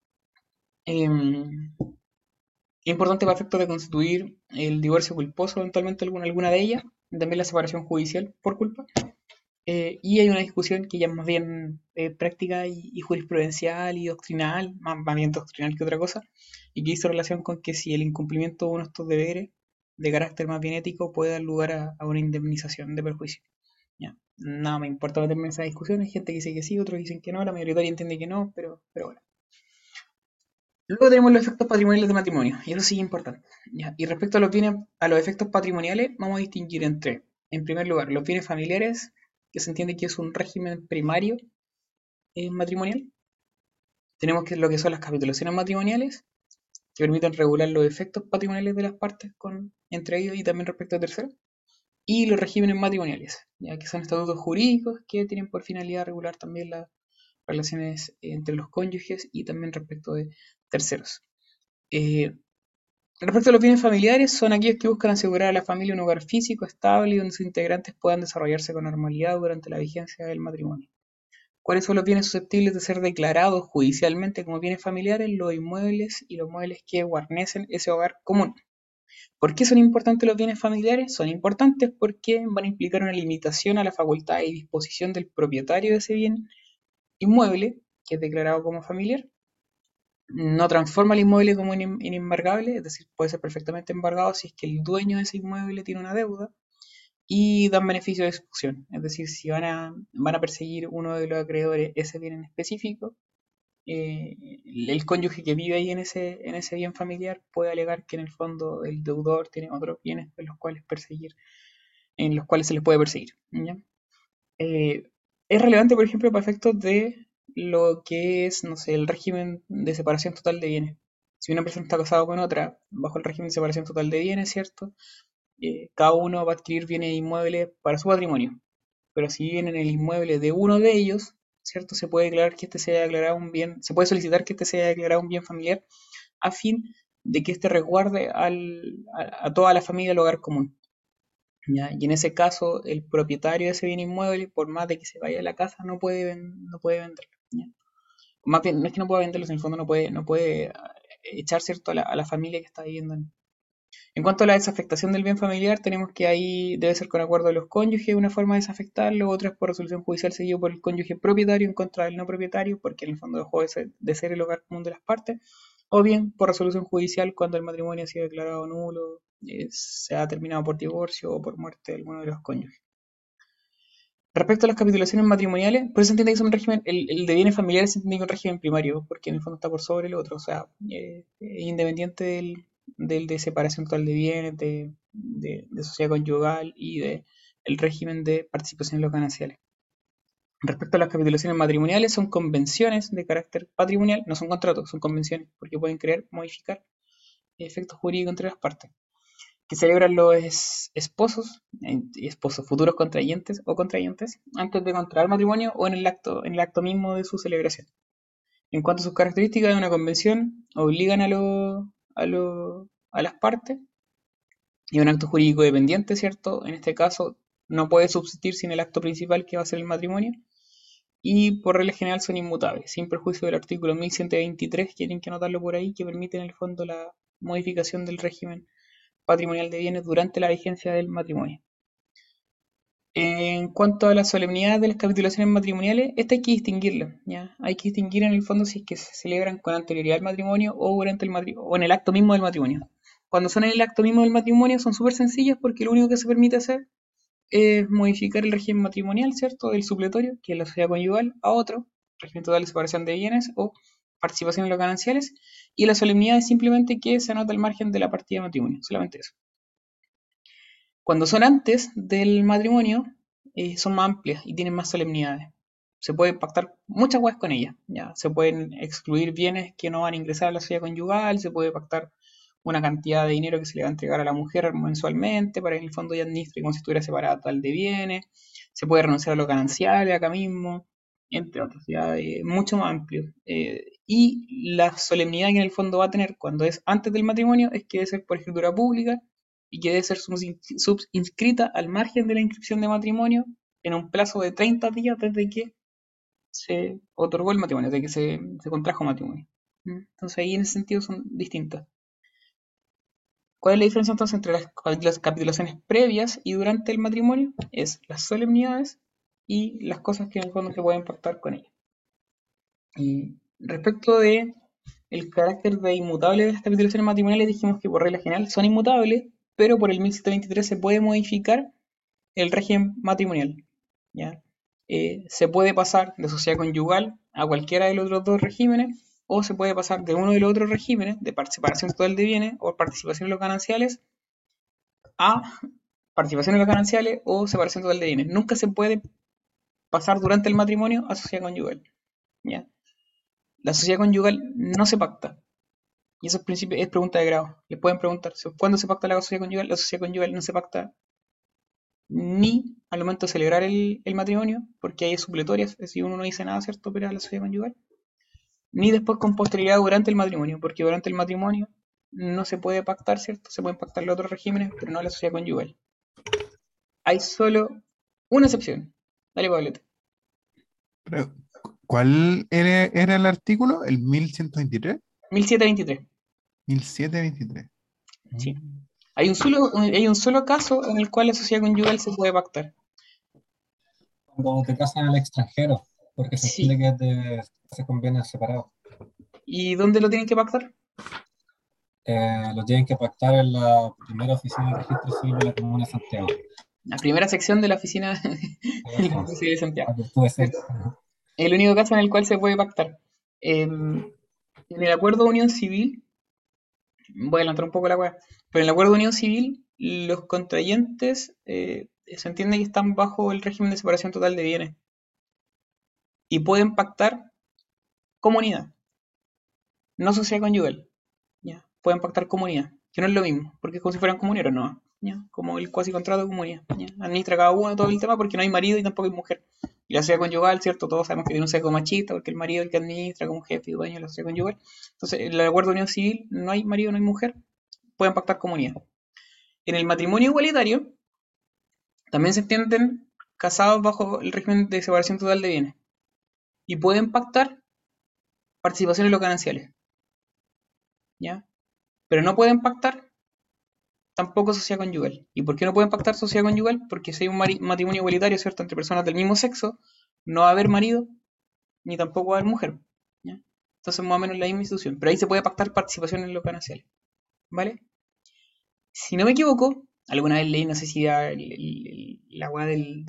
Importante para efectos de constituir el divorcio culposo, eventualmente alguna de ellas, también la separación judicial por culpa. Y hay una discusión que ya es más bien práctica y jurisprudencial y doctrinal, más bien doctrinal que otra cosa, y que hizo relación con que si el incumplimiento de uno de estos deberes de carácter más bien ético puede dar lugar a una indemnización de perjuicio. Ya. No me importa meterme en esa discusión, hay gente que dice que sí, otros dicen que no, la mayoría entiende que no, pero bueno. Luego tenemos los efectos patrimoniales de matrimonio, y eso sí es importante. ¿Ya? Y respecto a los efectos patrimoniales, vamos a distinguir entre, en primer lugar, los bienes familiares, que se entiende que es un régimen primario matrimonial. Tenemos lo que son las capitulaciones matrimoniales, que permiten regular los efectos patrimoniales de las partes entre ellos y también respecto a terceros. Y los regímenes matrimoniales, ya que son estatutos jurídicos que tienen por finalidad regular también las relaciones entre los cónyuges y también respecto de terceros. Respecto a los bienes familiares, son aquellos que buscan asegurar a la familia un hogar físico estable y donde sus integrantes puedan desarrollarse con normalidad durante la vigencia del matrimonio. ¿Cuáles son los bienes susceptibles de ser declarados judicialmente como bienes familiares? Los inmuebles y los muebles que guarnecen ese hogar común. ¿Por qué son importantes los bienes familiares? Son importantes porque van a implicar una limitación a la facultad y disposición del propietario de ese bien inmueble, que es declarado como familiar, no transforma el inmueble como inembargable, es decir, puede ser perfectamente embargado si es que el dueño de ese inmueble tiene una deuda, y dan beneficio de exclusión, es decir, si van a perseguir uno de los acreedores ese bien en específico, el cónyuge que vive ahí en ese bien familiar puede alegar que en el fondo el deudor tiene otros bienes en los cuales se les puede perseguir. ¿Ya? Es relevante, por ejemplo, para efectos de lo que es, no sé, el régimen de separación total de bienes. Si una persona está casada con otra, bajo el régimen de separación total de bienes, ¿cierto? Cada uno va a adquirir bienes inmuebles para su patrimonio. Pero si viven en el inmueble de uno de ellos, ¿cierto? Se puede declarar que este sea declarado un bien, se puede solicitar que este sea declarado un bien familiar a fin de que este resguarde a toda la familia del hogar común. ¿Ya? Y en ese caso, el propietario de ese bien inmueble, por más de que se vaya a la casa, no puede venderlo. ¿Ya? Más bien, no es que no pueda venderlo, en el fondo no puede echar, ¿cierto? a la familia que está viviendo en cuanto a la desafectación del bien familiar, tenemos que ahí debe ser con acuerdo de los cónyuges una forma de desafectarlo, otra es por resolución judicial seguido por el cónyuge propietario en contra del no propietario, porque en el fondo dejó de ser el hogar común de las partes, o bien por resolución judicial cuando el matrimonio ha sido declarado nulo, se ha terminado por divorcio o por muerte de alguno de los cónyuges. Respecto a las capitulaciones matrimoniales, por eso se entiende que es un régimen, el de bienes familiares se entiende que es un régimen primario, porque en el fondo está por sobre el otro, o sea, independiente del de separación total de bienes, de sociedad conyugal y el régimen de participación en los gananciales. Respecto a las capitulaciones matrimoniales, son convenciones de carácter patrimonial, no son contratos, son convenciones, porque pueden crear, modificar efectos jurídicos entre las partes que celebran los esposos, futuros contrayentes o contrayentes, antes de contraer matrimonio o en el acto mismo de su celebración. En cuanto a sus características de una convención, obligan a las partes y un acto jurídico dependiente, ¿cierto? En este caso, no puede subsistir sin el acto principal que va a ser el matrimonio y por regla general son inmutables, sin perjuicio del artículo 1123, tienen que anotarlo por ahí, que permite en el fondo la modificación del régimen patrimonial de bienes durante la vigencia del matrimonio. En cuanto a las solemnidades de las capitulaciones matrimoniales, esta hay que distinguirla, ¿ya? Hay que distinguir en el fondo si es que se celebran con anterioridad al matrimonio o durante o en el acto mismo del matrimonio. Cuando son en el acto mismo del matrimonio son súper sencillas porque lo único que se permite hacer es modificar el régimen matrimonial, ¿cierto? Del supletorio, que es la sociedad conyugal, a otro, régimen total de separación de bienes o participación en los gananciales, y la solemnidad es simplemente que se anota el margen de la partida de matrimonio, solamente eso. Cuando son antes del matrimonio, son más amplias y tienen más solemnidades. Se puede pactar muchas cosas con ellas. ¿Ya? Se pueden excluir bienes que no van a ingresar a la sociedad conyugal, se puede pactar una cantidad de dinero que se le va a entregar a la mujer mensualmente para que en el fondo ella administre como si estuviera separada tal de bienes. Se puede renunciar a los gananciales acá mismo, entre otros, ya, mucho más amplio. Y la solemnidad que en el fondo va a tener cuando es antes del matrimonio es que debe ser por escritura pública y que debe ser subinscrita al margen de la inscripción de matrimonio en un plazo de 30 días desde que se otorgó el matrimonio, desde que se contrajo matrimonio. Entonces ahí en ese sentido son distintas. ¿Cuál es la diferencia entonces entre las capitulaciones previas y durante el matrimonio? Es las solemnidades y las cosas que en el fondo se pueden pactar con ellas. Y respecto de el carácter de inmutable de las capitulaciones matrimoniales, dijimos que por regla general son inmutables, pero por el 1723 se puede modificar el régimen matrimonial. ¿Ya? Se puede pasar de sociedad conyugal a cualquiera de los otros dos regímenes, o se puede pasar de uno de los otros regímenes, de separación total de bienes o participación en los gananciales, a participación en los gananciales o separación total de bienes. Nunca se puede pasar durante el matrimonio a sociedad conyugal. ¿Ya? La sociedad conyugal no se pacta. Y eso es pregunta de grado. Les pueden preguntar, ¿cuándo se pacta la sociedad conyugal? La sociedad conyugal no se pacta ni al momento de celebrar el matrimonio, porque hay supletorias, es decir, uno no dice nada, ¿cierto? Pero a la sociedad conyugal. Ni después con posterioridad durante el matrimonio, porque durante el matrimonio no se puede pactar, ¿cierto? Se pueden pactar los otros regímenes, pero no la sociedad conyugal. Hay solo una excepción. Dale, Pablito. Pero, ¿cuál era el artículo? ¿El 1123? 1723. 1723. Sí. Hay un solo caso en el cual la sociedad conyugal se puede pactar. Cuando te casan al extranjero, porque se Sí, entiende que se conviene separado. ¿Y dónde lo tienen que pactar? Lo tienen que pactar en la primera oficina del registro civil de la Comuna de Santiago. La primera sección de la oficina del Eso, Registro Civil de Santiago. para que estuve cerca. El único caso en el cual se puede pactar. En el acuerdo de unión civil, voy a adelantar un poco la weá, pero en el acuerdo de unión civil, los contrayentes se entiende que están bajo el régimen de separación total de bienes y pueden pactar comunidad, no sociedad conyugal. ¿Ya? Pueden pactar comunidad, que no es lo mismo, porque es como si fueran comuneros, no. ¿Ya? Como el cuasi contrato de comunidad. ¿Ya? Administra cada uno todo el tema porque no hay marido y tampoco hay mujer. Y la sociedad conyugal, ¿cierto? Todos sabemos que tiene un sesgo machista porque el marido es el que administra como jefe y dueño de la sociedad conyugal. Entonces, en el acuerdo de unión civil no hay marido, no hay mujer, pueden pactar comunidad. En el matrimonio igualitario también se entienden casados bajo el régimen de separación total de bienes y pueden pactar participaciones en los gananciales. ¿Ya? Pero no pueden pactar tampoco sociedad conyugal. ¿Y por qué no pueden pactar sociedad conyugal? Porque si hay un matrimonio igualitario, ¿cierto?, entre personas del mismo sexo, no va a haber marido, ni tampoco va a haber mujer. ¿Ya? Entonces, más o menos la misma institución. Pero ahí se puede pactar participación en los gananciales. ¿Vale? Si no me equivoco, alguna vez leí, no sé si era la weá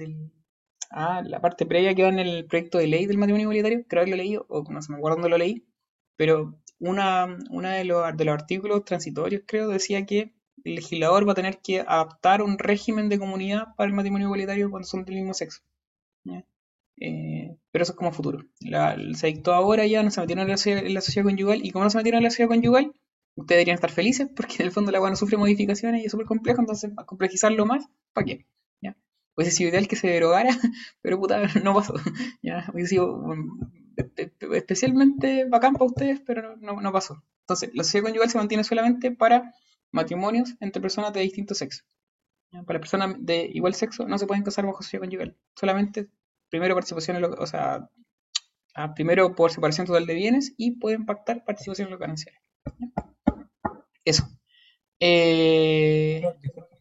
la parte previa que va en el proyecto de ley del matrimonio igualitario, creo haberlo leído, o no se me acuerdo dónde lo leí, pero una de los artículos transitorios, creo, decía que el legislador va a tener que adaptar un régimen de comunidad para el matrimonio igualitario cuando son del mismo sexo. ¿Ya? Pero eso es como futuro. Se dictó ahora ya, no se metieron en la sociedad conyugal, y como no se metieron en la sociedad conyugal, ustedes deberían estar felices porque en el fondo la agua no sufre modificaciones y es súper complejo, entonces para complejizarlo más, ¿para qué? ¿Ya? Hubiese sido ideal que se derogara, pero puta, no pasó. ¿Ya? Hubiese sido especialmente bacán para ustedes, pero no pasó. Entonces, la sociedad conyugal se mantiene solamente para matrimonios entre personas de distinto sexo. ¿Ya? Para las personas de igual sexo no se pueden casar bajo sociedad conyugal. Solamente primero participación o sea, primero por separación total de bienes y pueden pactar participación en los gananciales. ¿Ya? Eso. Disculpa,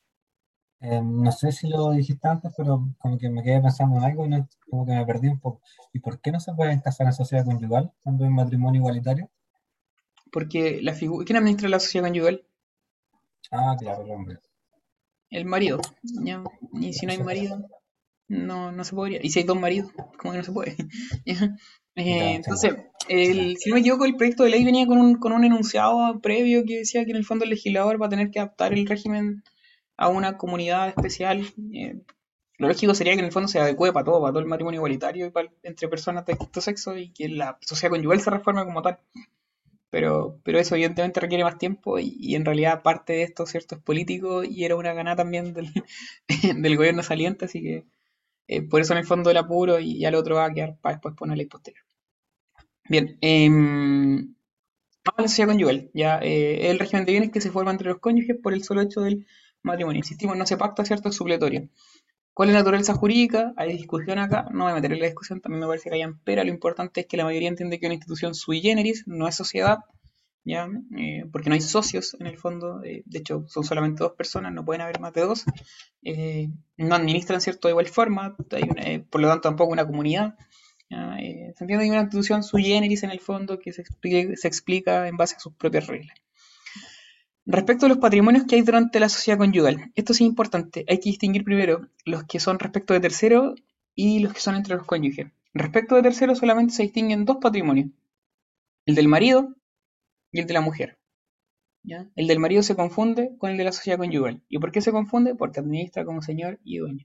no sé si lo dijiste antes, pero como que me quedé pensando en algo y como que me perdí un poco. ¿Y por qué no se pueden casar en sociedad conyugal cuando hay matrimonio igualitario? Porque ¿quién administra la sociedad conyugal? Ah, claro, el hombre. El marido. ¿Ya? Y si no hay Eso era. marido, no se podría. Y si hay dos maridos, ¿cómo que no se puede? ¿Ya? Ya entiendo. Entonces, Ya. si no me equivoco, el proyecto de ley venía con un enunciado previo que decía que en el fondo el legislador va a tener que adaptar el régimen a una comunidad especial. Lo lógico sería que en el fondo se adecue para todo el matrimonio igualitario y entre personas de distinto sexo y que la sociedad conyugal se reforme como tal. Pero eso evidentemente requiere más tiempo y en realidad parte de esto, ¿cierto?, es político y era una ganada también del, del gobierno saliente, así que por eso en el fondo el apuro y ya lo otro va a quedar para después poner la ley posterior. Bien, vamos a la sociedad conyugal. Ya, el régimen de bienes que se forma entre los cónyuges por el solo hecho del matrimonio. Insistimos, no se pacta, ¿cierto?, es supletorio. ¿Cuál es la naturaleza jurídica? Hay discusión acá, no voy a meter en la discusión, también me parece que hay ampera. Lo importante es que la mayoría entiende que una institución sui generis no es sociedad, ¿ya? Porque no hay socios en el fondo, de hecho son solamente dos personas, no pueden haber más de dos, no administran, ¿cierto?, de igual forma, por lo tanto tampoco una comunidad. ¿Ya? Se entiende que una institución sui generis en el fondo que se explica en base a sus propias reglas. Respecto a los patrimonios que hay durante la sociedad conyugal, esto sí es importante, hay que distinguir primero los que son respecto de terceros y los que son entre los cónyuges. Respecto de terceros solamente se distinguen dos patrimonios, el del marido y el de la mujer. ¿Ya? El del marido se confunde con el de la sociedad conyugal. ¿Y por qué se confunde? Porque administra como señor y dueño.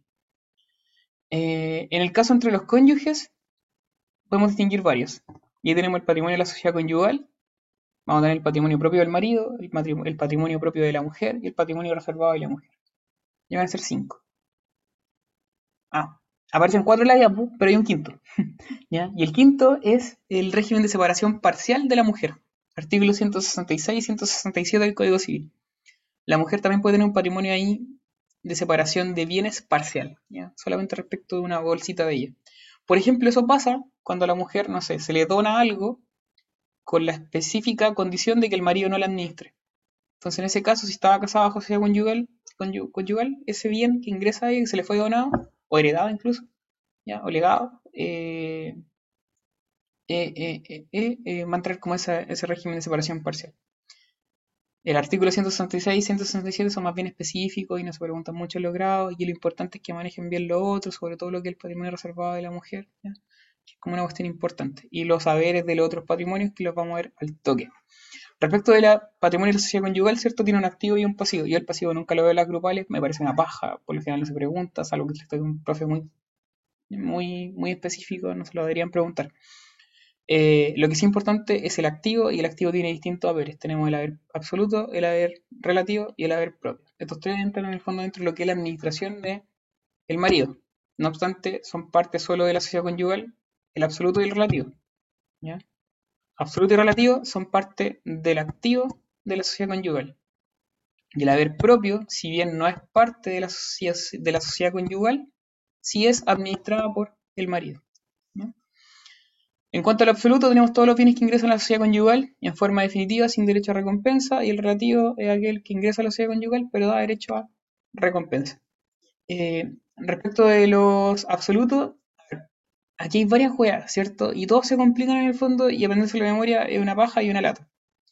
En el caso entre los cónyuges, podemos distinguir varios. Y tenemos el patrimonio de la sociedad conyugal, vamos a tener el patrimonio propio del marido, el patrimonio propio de la mujer y el patrimonio reservado de la mujer. Ya van a ser 5. Aparecen 4 en la diapo, pero hay un quinto. ¿Ya? Y el quinto es el régimen de separación parcial de la mujer. Artículos 166 y 167 del Código Civil. La mujer también puede tener un patrimonio ahí de separación de bienes parcial, ¿ya? Solamente respecto de una bolsita de ella. Por ejemplo, eso pasa cuando a la mujer, no sé, se le dona algo con la específica condición de que el marido no la administre. Entonces, en ese caso, si estaba casada bajo sociedad conyugal, ese bien que ingresa ahí, que se le fue donado, o heredado incluso, ¿ya? O legado, va a entrar como ese régimen de separación parcial. El artículo 166 y 167 son más bien específicos y no se preguntan mucho los grados, y lo importante es que manejen bien lo otro, sobre todo lo que es el patrimonio reservado de la mujer, ¿ya? Que es como una cuestión importante. Y los saberes de los otros patrimonios que los vamos a ver al toque. Respecto de la patrimonio de la sociedad conyugal, ¿cierto? Tiene un activo y un pasivo. Yo el pasivo nunca lo veo en las grupales, me parece una paja, por lo general no se pregunta, salvo que esté un profe muy específico, no se lo deberían preguntar. Lo que sí es importante es el activo, y el activo tiene distintos haberes. Tenemos el haber absoluto, el haber relativo y el haber propio. Estos tres entran en el fondo dentro de lo que es la administración del marido. No obstante, son parte solo de la sociedad conyugal, el absoluto y el relativo, ¿ya? Absoluto y relativo son parte del activo de la sociedad conyugal. Y el haber propio, si bien no es parte de la sociedad conyugal, sí es administrada por el marido, ¿no? En cuanto al absoluto, tenemos todos los bienes que ingresan a la sociedad conyugal en forma definitiva, sin derecho a recompensa, y el relativo es aquel que ingresa a la sociedad conyugal, pero da derecho a recompensa. Respecto de los absolutos, aquí hay varias juegas, ¿cierto? Y todos se complican en el fondo, y aprenderse la memoria es una paja y una lata.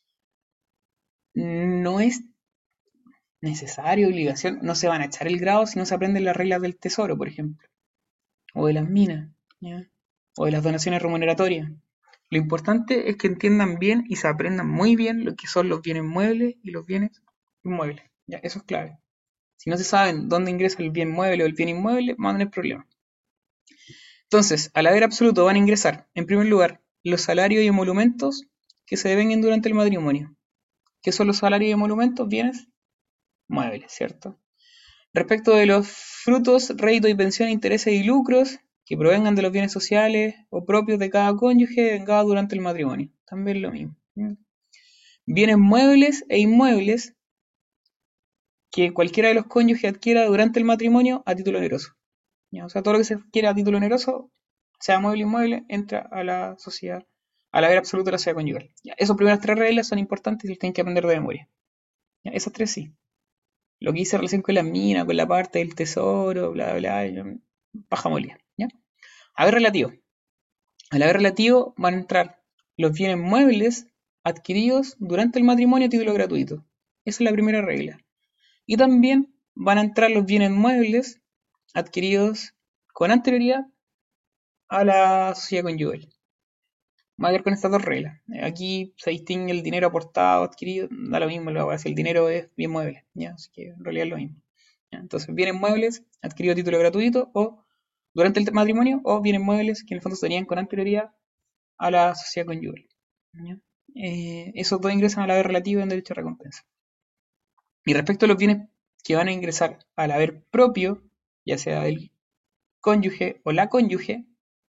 No es necesario, obligación, no se van a echar el grado si no se aprenden las reglas del tesoro, por ejemplo, o de las minas, ¿ya? O de las donaciones remuneratorias. Lo importante es que entiendan bien y se aprendan muy bien lo que son los bienes muebles y los bienes inmuebles, ¿ya? Eso es clave. Si no se saben dónde ingresa el bien mueble o el bien inmueble, van a tener problemas. Entonces, al haber absoluto van a ingresar, en primer lugar, los salarios y emolumentos que se devenguen durante el matrimonio. ¿Qué son los salarios y emolumentos? Bienes muebles, ¿cierto? Respecto de los frutos, réditos y pensiones, intereses y lucros que provengan de los bienes sociales o propios de cada cónyuge vengados durante el matrimonio. También lo mismo. Bienes muebles e inmuebles que cualquiera de los cónyuges adquiera durante el matrimonio a título oneroso. ¿Ya? O sea, todo lo que se adquiera a título oneroso, sea mueble o inmueble, entra a la sociedad, al haber absoluto de la sociedad conyugal. ¿Ya? Esas primeras tres reglas son importantes y las tienen que aprender de memoria. ¿Ya? Esas tres sí. Lo que dice relación con la mina, con la parte del tesoro, bla, bla, paja molida, ¿ya? Haber relativo. Al haber relativo van a entrar los bienes muebles adquiridos durante el matrimonio a título gratuito. Esa es la primera regla. Y también van a entrar los bienes muebles adquiridos con anterioridad a la sociedad conyugal. Va a ver con estas dos reglas. Aquí se distingue el dinero aportado, adquirido, da lo mismo, si el dinero es bien mueble, ¿ya? Así que en realidad es lo mismo. ¿Ya? Entonces, bienes muebles adquiridos a título gratuito o durante el matrimonio, o bienes muebles que en el fondo serían con anterioridad a la sociedad conyugal, ¿ya? Esos dos ingresan al haber relativo en derecho a recompensa. Y respecto a los bienes que van a ingresar al haber propio, ya sea del cónyuge o la cónyuge,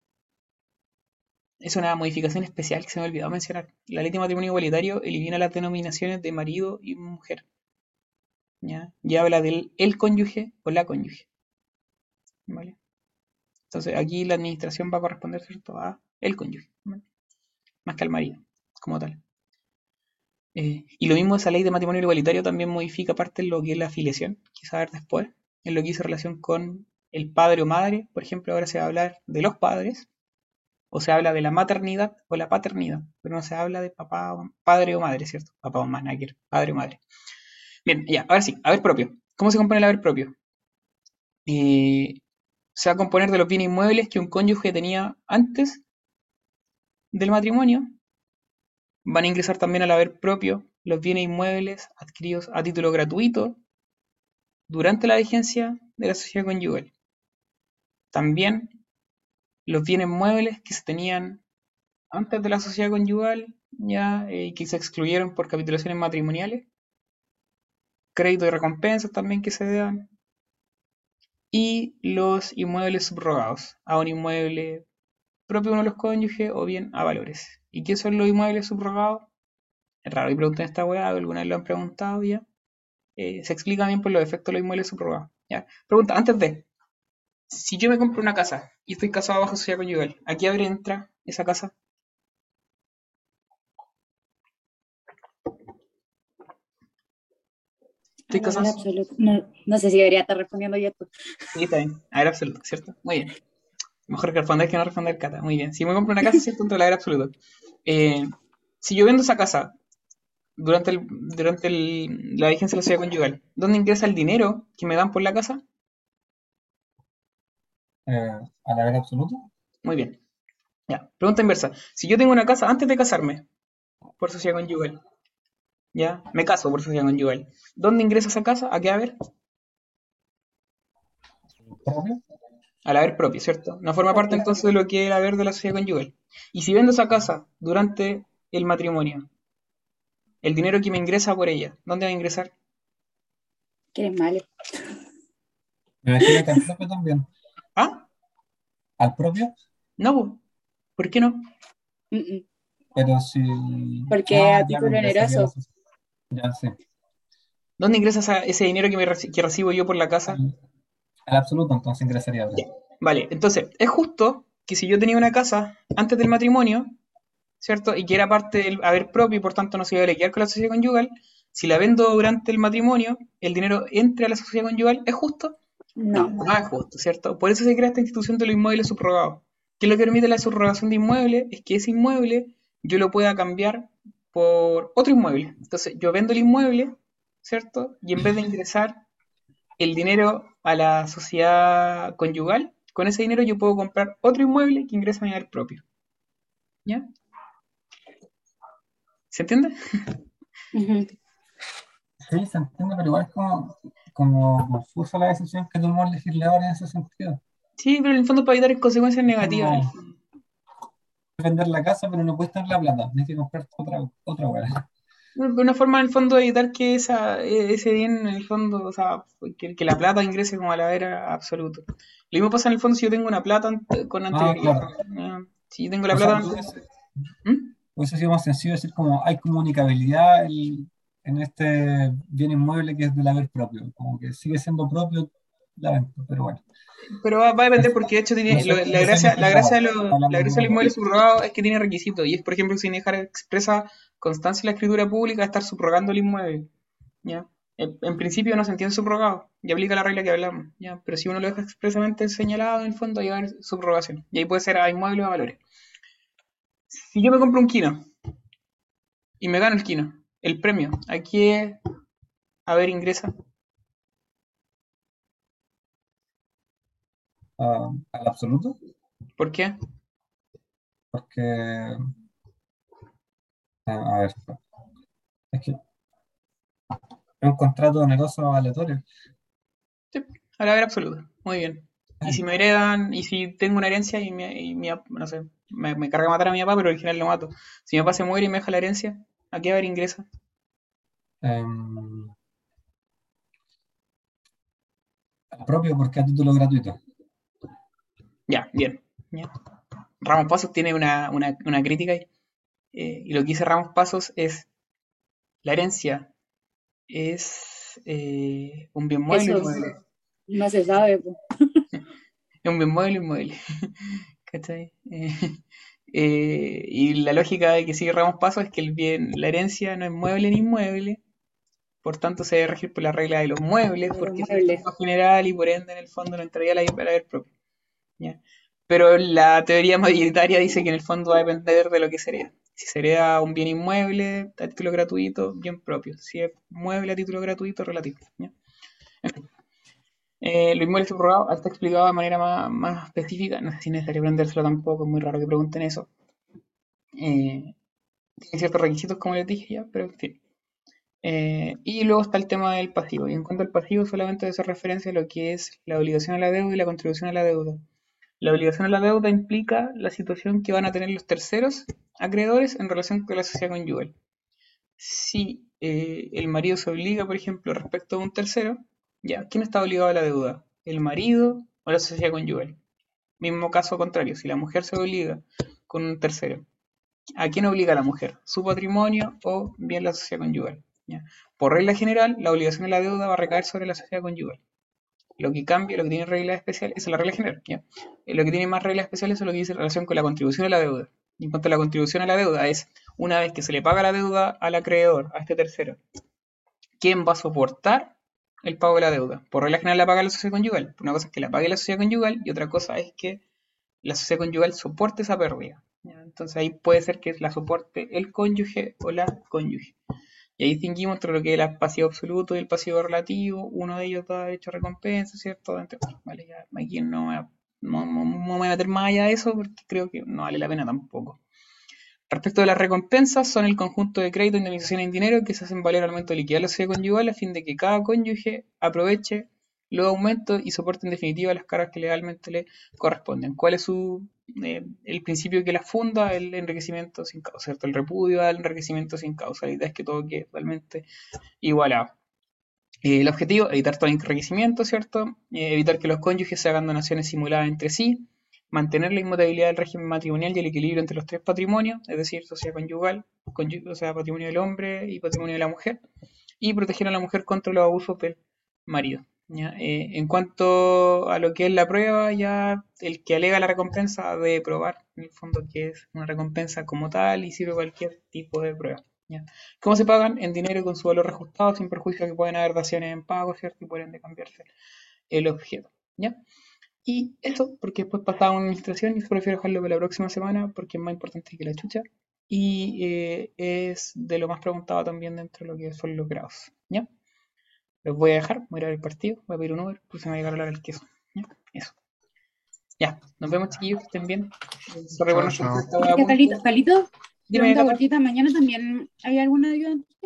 es una modificación especial que se me olvidó mencionar. La ley de matrimonio igualitario elimina las denominaciones de marido y mujer, ¿ya? Y habla del el cónyuge o la cónyuge, ¿vale? Entonces aquí la administración va a corresponder, ¿cierto?, a el cónyuge, ¿vale? Más que al marido, como tal. Y lo mismo, esa ley de matrimonio igualitario también modifica parte de lo que es la afiliación, que se va a ver después, en lo que hizo relación con el padre o madre. Por ejemplo, ahora se va a hablar de los padres, o se habla de la maternidad o la paternidad, pero no se habla de papá, padre o madre, ¿cierto? Papá o mamá, padre o madre. Bien, ya, ahora sí, haber propio. ¿Cómo se compone el haber propio? Se va a componer de los bienes inmuebles que un cónyuge tenía antes del matrimonio. Van a ingresar también al haber propio los bienes inmuebles adquiridos a título gratuito durante la vigencia de la sociedad conyugal. También los bienes muebles que se tenían antes de la sociedad conyugal, ya, que se excluyeron por capitulaciones matrimoniales, crédito y recompensas también que se dan, y los inmuebles subrogados a un inmueble propio de uno de los cónyuges o bien a valores. ¿Y qué son los inmuebles subrogados? Es raro que pregunten esta weá, alguna vez lo han preguntado ya. Se explica bien por los efectos de los inmuebles subrogados. ¿Ya? Pregunta, antes de, si yo me compro una casa y estoy casado bajo sociedad conyugal, ¿a qué abre entra esa casa? ¿Estoy A la casado? ver, absoluto. No, no sé si debería estar respondiendo yo tú. Sí, está bien. A ver, absoluto, ¿cierto? Muy bien. Mejor que responder que no responder, Cata. Muy bien. Si me compro una casa, sí es controlador absoluto. Eh, si yo vendo esa casa la vigencia de la sociedad conyugal, ¿dónde ingresa el dinero que me dan por la casa? Al haber absoluto, Muy bien. Ya. Pregunta inversa. Si yo tengo una casa antes de casarme, por sociedad conyugal, ya, me caso por sociedad conyugal, ¿dónde ingresa esa casa? ¿A qué haber? propio, Al haber propio, ¿cierto? No forma parte Propio. entonces de lo que es el haber de la sociedad conyugal. Y si vendo esa casa durante el matrimonio, el dinero que me ingresa por ella, ¿dónde va a ingresar? Que eres malo. me imagino que al propio también. ¿Ah? Al propio, No, po. ¿Por qué no? Mm, mm. pero si. Porque Ah, a ya me título ingresaría la oneroso, sociedad. Ya sé. ¿Dónde ingresa ese dinero que recibo yo por la casa? Al, al absoluto, entonces ingresaría ahora. Ya. Vale, entonces, es justo que si yo tenía una casa antes del matrimonio, ¿cierto? Y que era parte del haber propio y por tanto no se iba a liquidar con la sociedad conyugal, si la vendo durante el matrimonio, el dinero entre a la sociedad conyugal, ¿es justo? No, no. no es justo, ¿cierto? Por eso se crea esta institución de los inmuebles subrogados. ¿Qué es lo que permite la subrogación de inmuebles? Es que ese inmueble yo lo pueda cambiar por otro inmueble. Entonces, yo vendo el inmueble, ¿cierto? Y en vez de ingresar el dinero a la sociedad conyugal, con ese dinero yo puedo comprar otro inmueble que ingrese a mi haber propio. ¿Ya? ¿Se entiende? Ujú. Sí, se entiende, pero igual es como confusa la decisión que tomó el legislador en ese sentido. Sí, pero en el fondo para evitar consecuencias Es negativas. como vender la casa, pero no puedes tener la plata, tienes que comprar otra hueá. Una forma en el fondo de evitar que ese bien en el fondo, o sea, que la plata ingrese como a la era absoluto. Lo mismo pasa en el fondo si yo tengo una plata con Ah, anterioridad. claro. Si yo tengo la O sea, plata pero antes. ¿Mm? hubiese sido más sencillo decir como hay comunicabilidad en este bien inmueble que es del haber propio, como que sigue siendo propio la venta, pero bueno. Pero va a No, depender porque de hecho no soy, la no soy gracia, legislador, la hablando gracia pura del hueá. inmueble subrogado es que tiene requisitos. Y es, por ejemplo, sin dejar expresa constancia en la escritura pública, estar subrogando el inmueble. ¿Ya? En principio no se entiende subrogado y aplica la regla que hablamos, ¿ya? Pero si uno lo deja expresamente señalado, en el fondo, va a haber subrogación. Y ahí puede ser a inmuebles o a valores. Si yo me compro un kino y me gano el kino, el premio, ¿a qué haber ingresa? Al absoluto, ¿Por qué? porque, a ver, es que es un contrato oneroso aleatorio. Sí, al haber absoluto. Muy bien. Y si me heredan, y si tengo una herencia no sé, me carga matar a mi papá, pero al final lo mato. Si mi papá se muere y me deja la herencia, ¿a qué haber ingresa? em, al propio porque a título gratuito. Ya, bien. Ya. Ramos Pasos tiene una crítica ahí. Y lo que dice Ramos Pasos es, la herencia es un bien mueble o Eso inmueble. no se sabe, po. Es un bien mueble o inmueble. ¿Cachai? Y la lógica de que sigue Ramos Pasos es que la herencia no es mueble ni inmueble, por tanto se debe regir por la regla de los muebles, De los porque es el muebles. tipo general y por ende en el fondo no entraría la haber propio. ¿Ya? Pero la teoría mayoritaria dice que en el fondo va a depender de lo que se hereda. Si se hereda un bien inmueble a título gratuito, bien propio. Si es mueble a título gratuito, relativo. ¿Ya? Lo inmueble subrogado está explicado de manera más específica. No sé si es necesario aprendérselo tampoco, es muy raro que pregunten eso. Tiene ciertos requisitos, como les dije ya, pero en fin. Y luego está el tema del pasivo. Y en cuanto al pasivo, solamente hace referencia a lo que es la obligación a la deuda y la contribución a la deuda. La obligación a la deuda implica la situación que van a tener los terceros acreedores en relación con la sociedad conyugal. Si el marido se obliga, por ejemplo, respecto a un tercero, ya, ¿quién está obligado a la deuda? ¿El marido o la sociedad conyugal? Mismo caso contrario, si la mujer se obliga con un tercero, ¿a quién obliga a la mujer? ¿Su patrimonio o bien la sociedad conyugal? ¿Ya? Por regla general, la obligación de la deuda va a recaer sobre la sociedad conyugal. Lo que cambia, lo que tiene reglas especiales, esa es la regla general. ¿Ya? Lo que tiene más reglas especiales es lo que dice en relación con la contribución a la deuda. Y en cuanto a la contribución a la deuda, es una vez que se le paga la deuda al acreedor, a este tercero, ¿quién va a soportar el pago de la deuda? Por regla general la paga la sociedad conyugal. Una cosa es que la pague la sociedad conyugal y otra cosa es que la sociedad conyugal soporte esa pérdida. ¿Ya? Entonces ahí puede ser que la soporte el cónyuge o la cónyuge. Y ahí distinguimos entre lo que es el pasivo absoluto y el pasivo relativo. Uno de ellos da derecho a recompensa, ¿cierto? Entre otros. ¿Vale? Ya, aquí no me voy a meter más allá de eso porque creo que no vale la pena tampoco. Respecto de las recompensas, son el conjunto de crédito, indemnización en dinero que se hacen valer al aumento de liquidez de la sociedad conyugal a fin de que cada cónyuge aproveche los aumentos y soporte en definitiva las cargas que legalmente le corresponden. ¿Cuál es el principio que las funda? El enriquecimiento sin causa, ¿cierto? El repudio al enriquecimiento sin causa. La idea es que todo quede totalmente igualado. El objetivo, evitar todo enriquecimiento, ¿cierto? Evitar que los cónyuges se hagan donaciones simuladas entre sí, mantener la inmutabilidad del régimen matrimonial y el equilibrio entre los tres patrimonios, es decir, sociedad conyugal, o sea, patrimonio del hombre y patrimonio de la mujer, y proteger a la mujer contra los abusos del marido. ¿Ya? En cuanto a lo que es la prueba, ya el que alega la recompensa debe probar, en el fondo, que es una recompensa como tal y sirve cualquier tipo de prueba. ¿Ya? ¿Cómo se pagan? En dinero y con su valor reajustado, sin perjuicio de que pueden haber daciones en pago, ¿cierto? Y pueden de cambiarse el objeto. ¿Ya? Y eso, porque después pasaba una administración y prefiero dejarlo para la próxima semana porque es más importante que la chucha. Y es de lo más preguntado también dentro de lo que son los grados. ¿Ya? Los voy a dejar, voy a ir a ver el partido, voy a pedir un Uber, pues se me va a llegar a hablar el queso. ¿Ya? Eso. Ya, nos vemos chiquillos, que estén bien. Sorry por Chao, no chao. estar esta Oye, punto. Carlito, Dime, pregunta Cata. cortita, ¿mañana también hay alguna ayuda?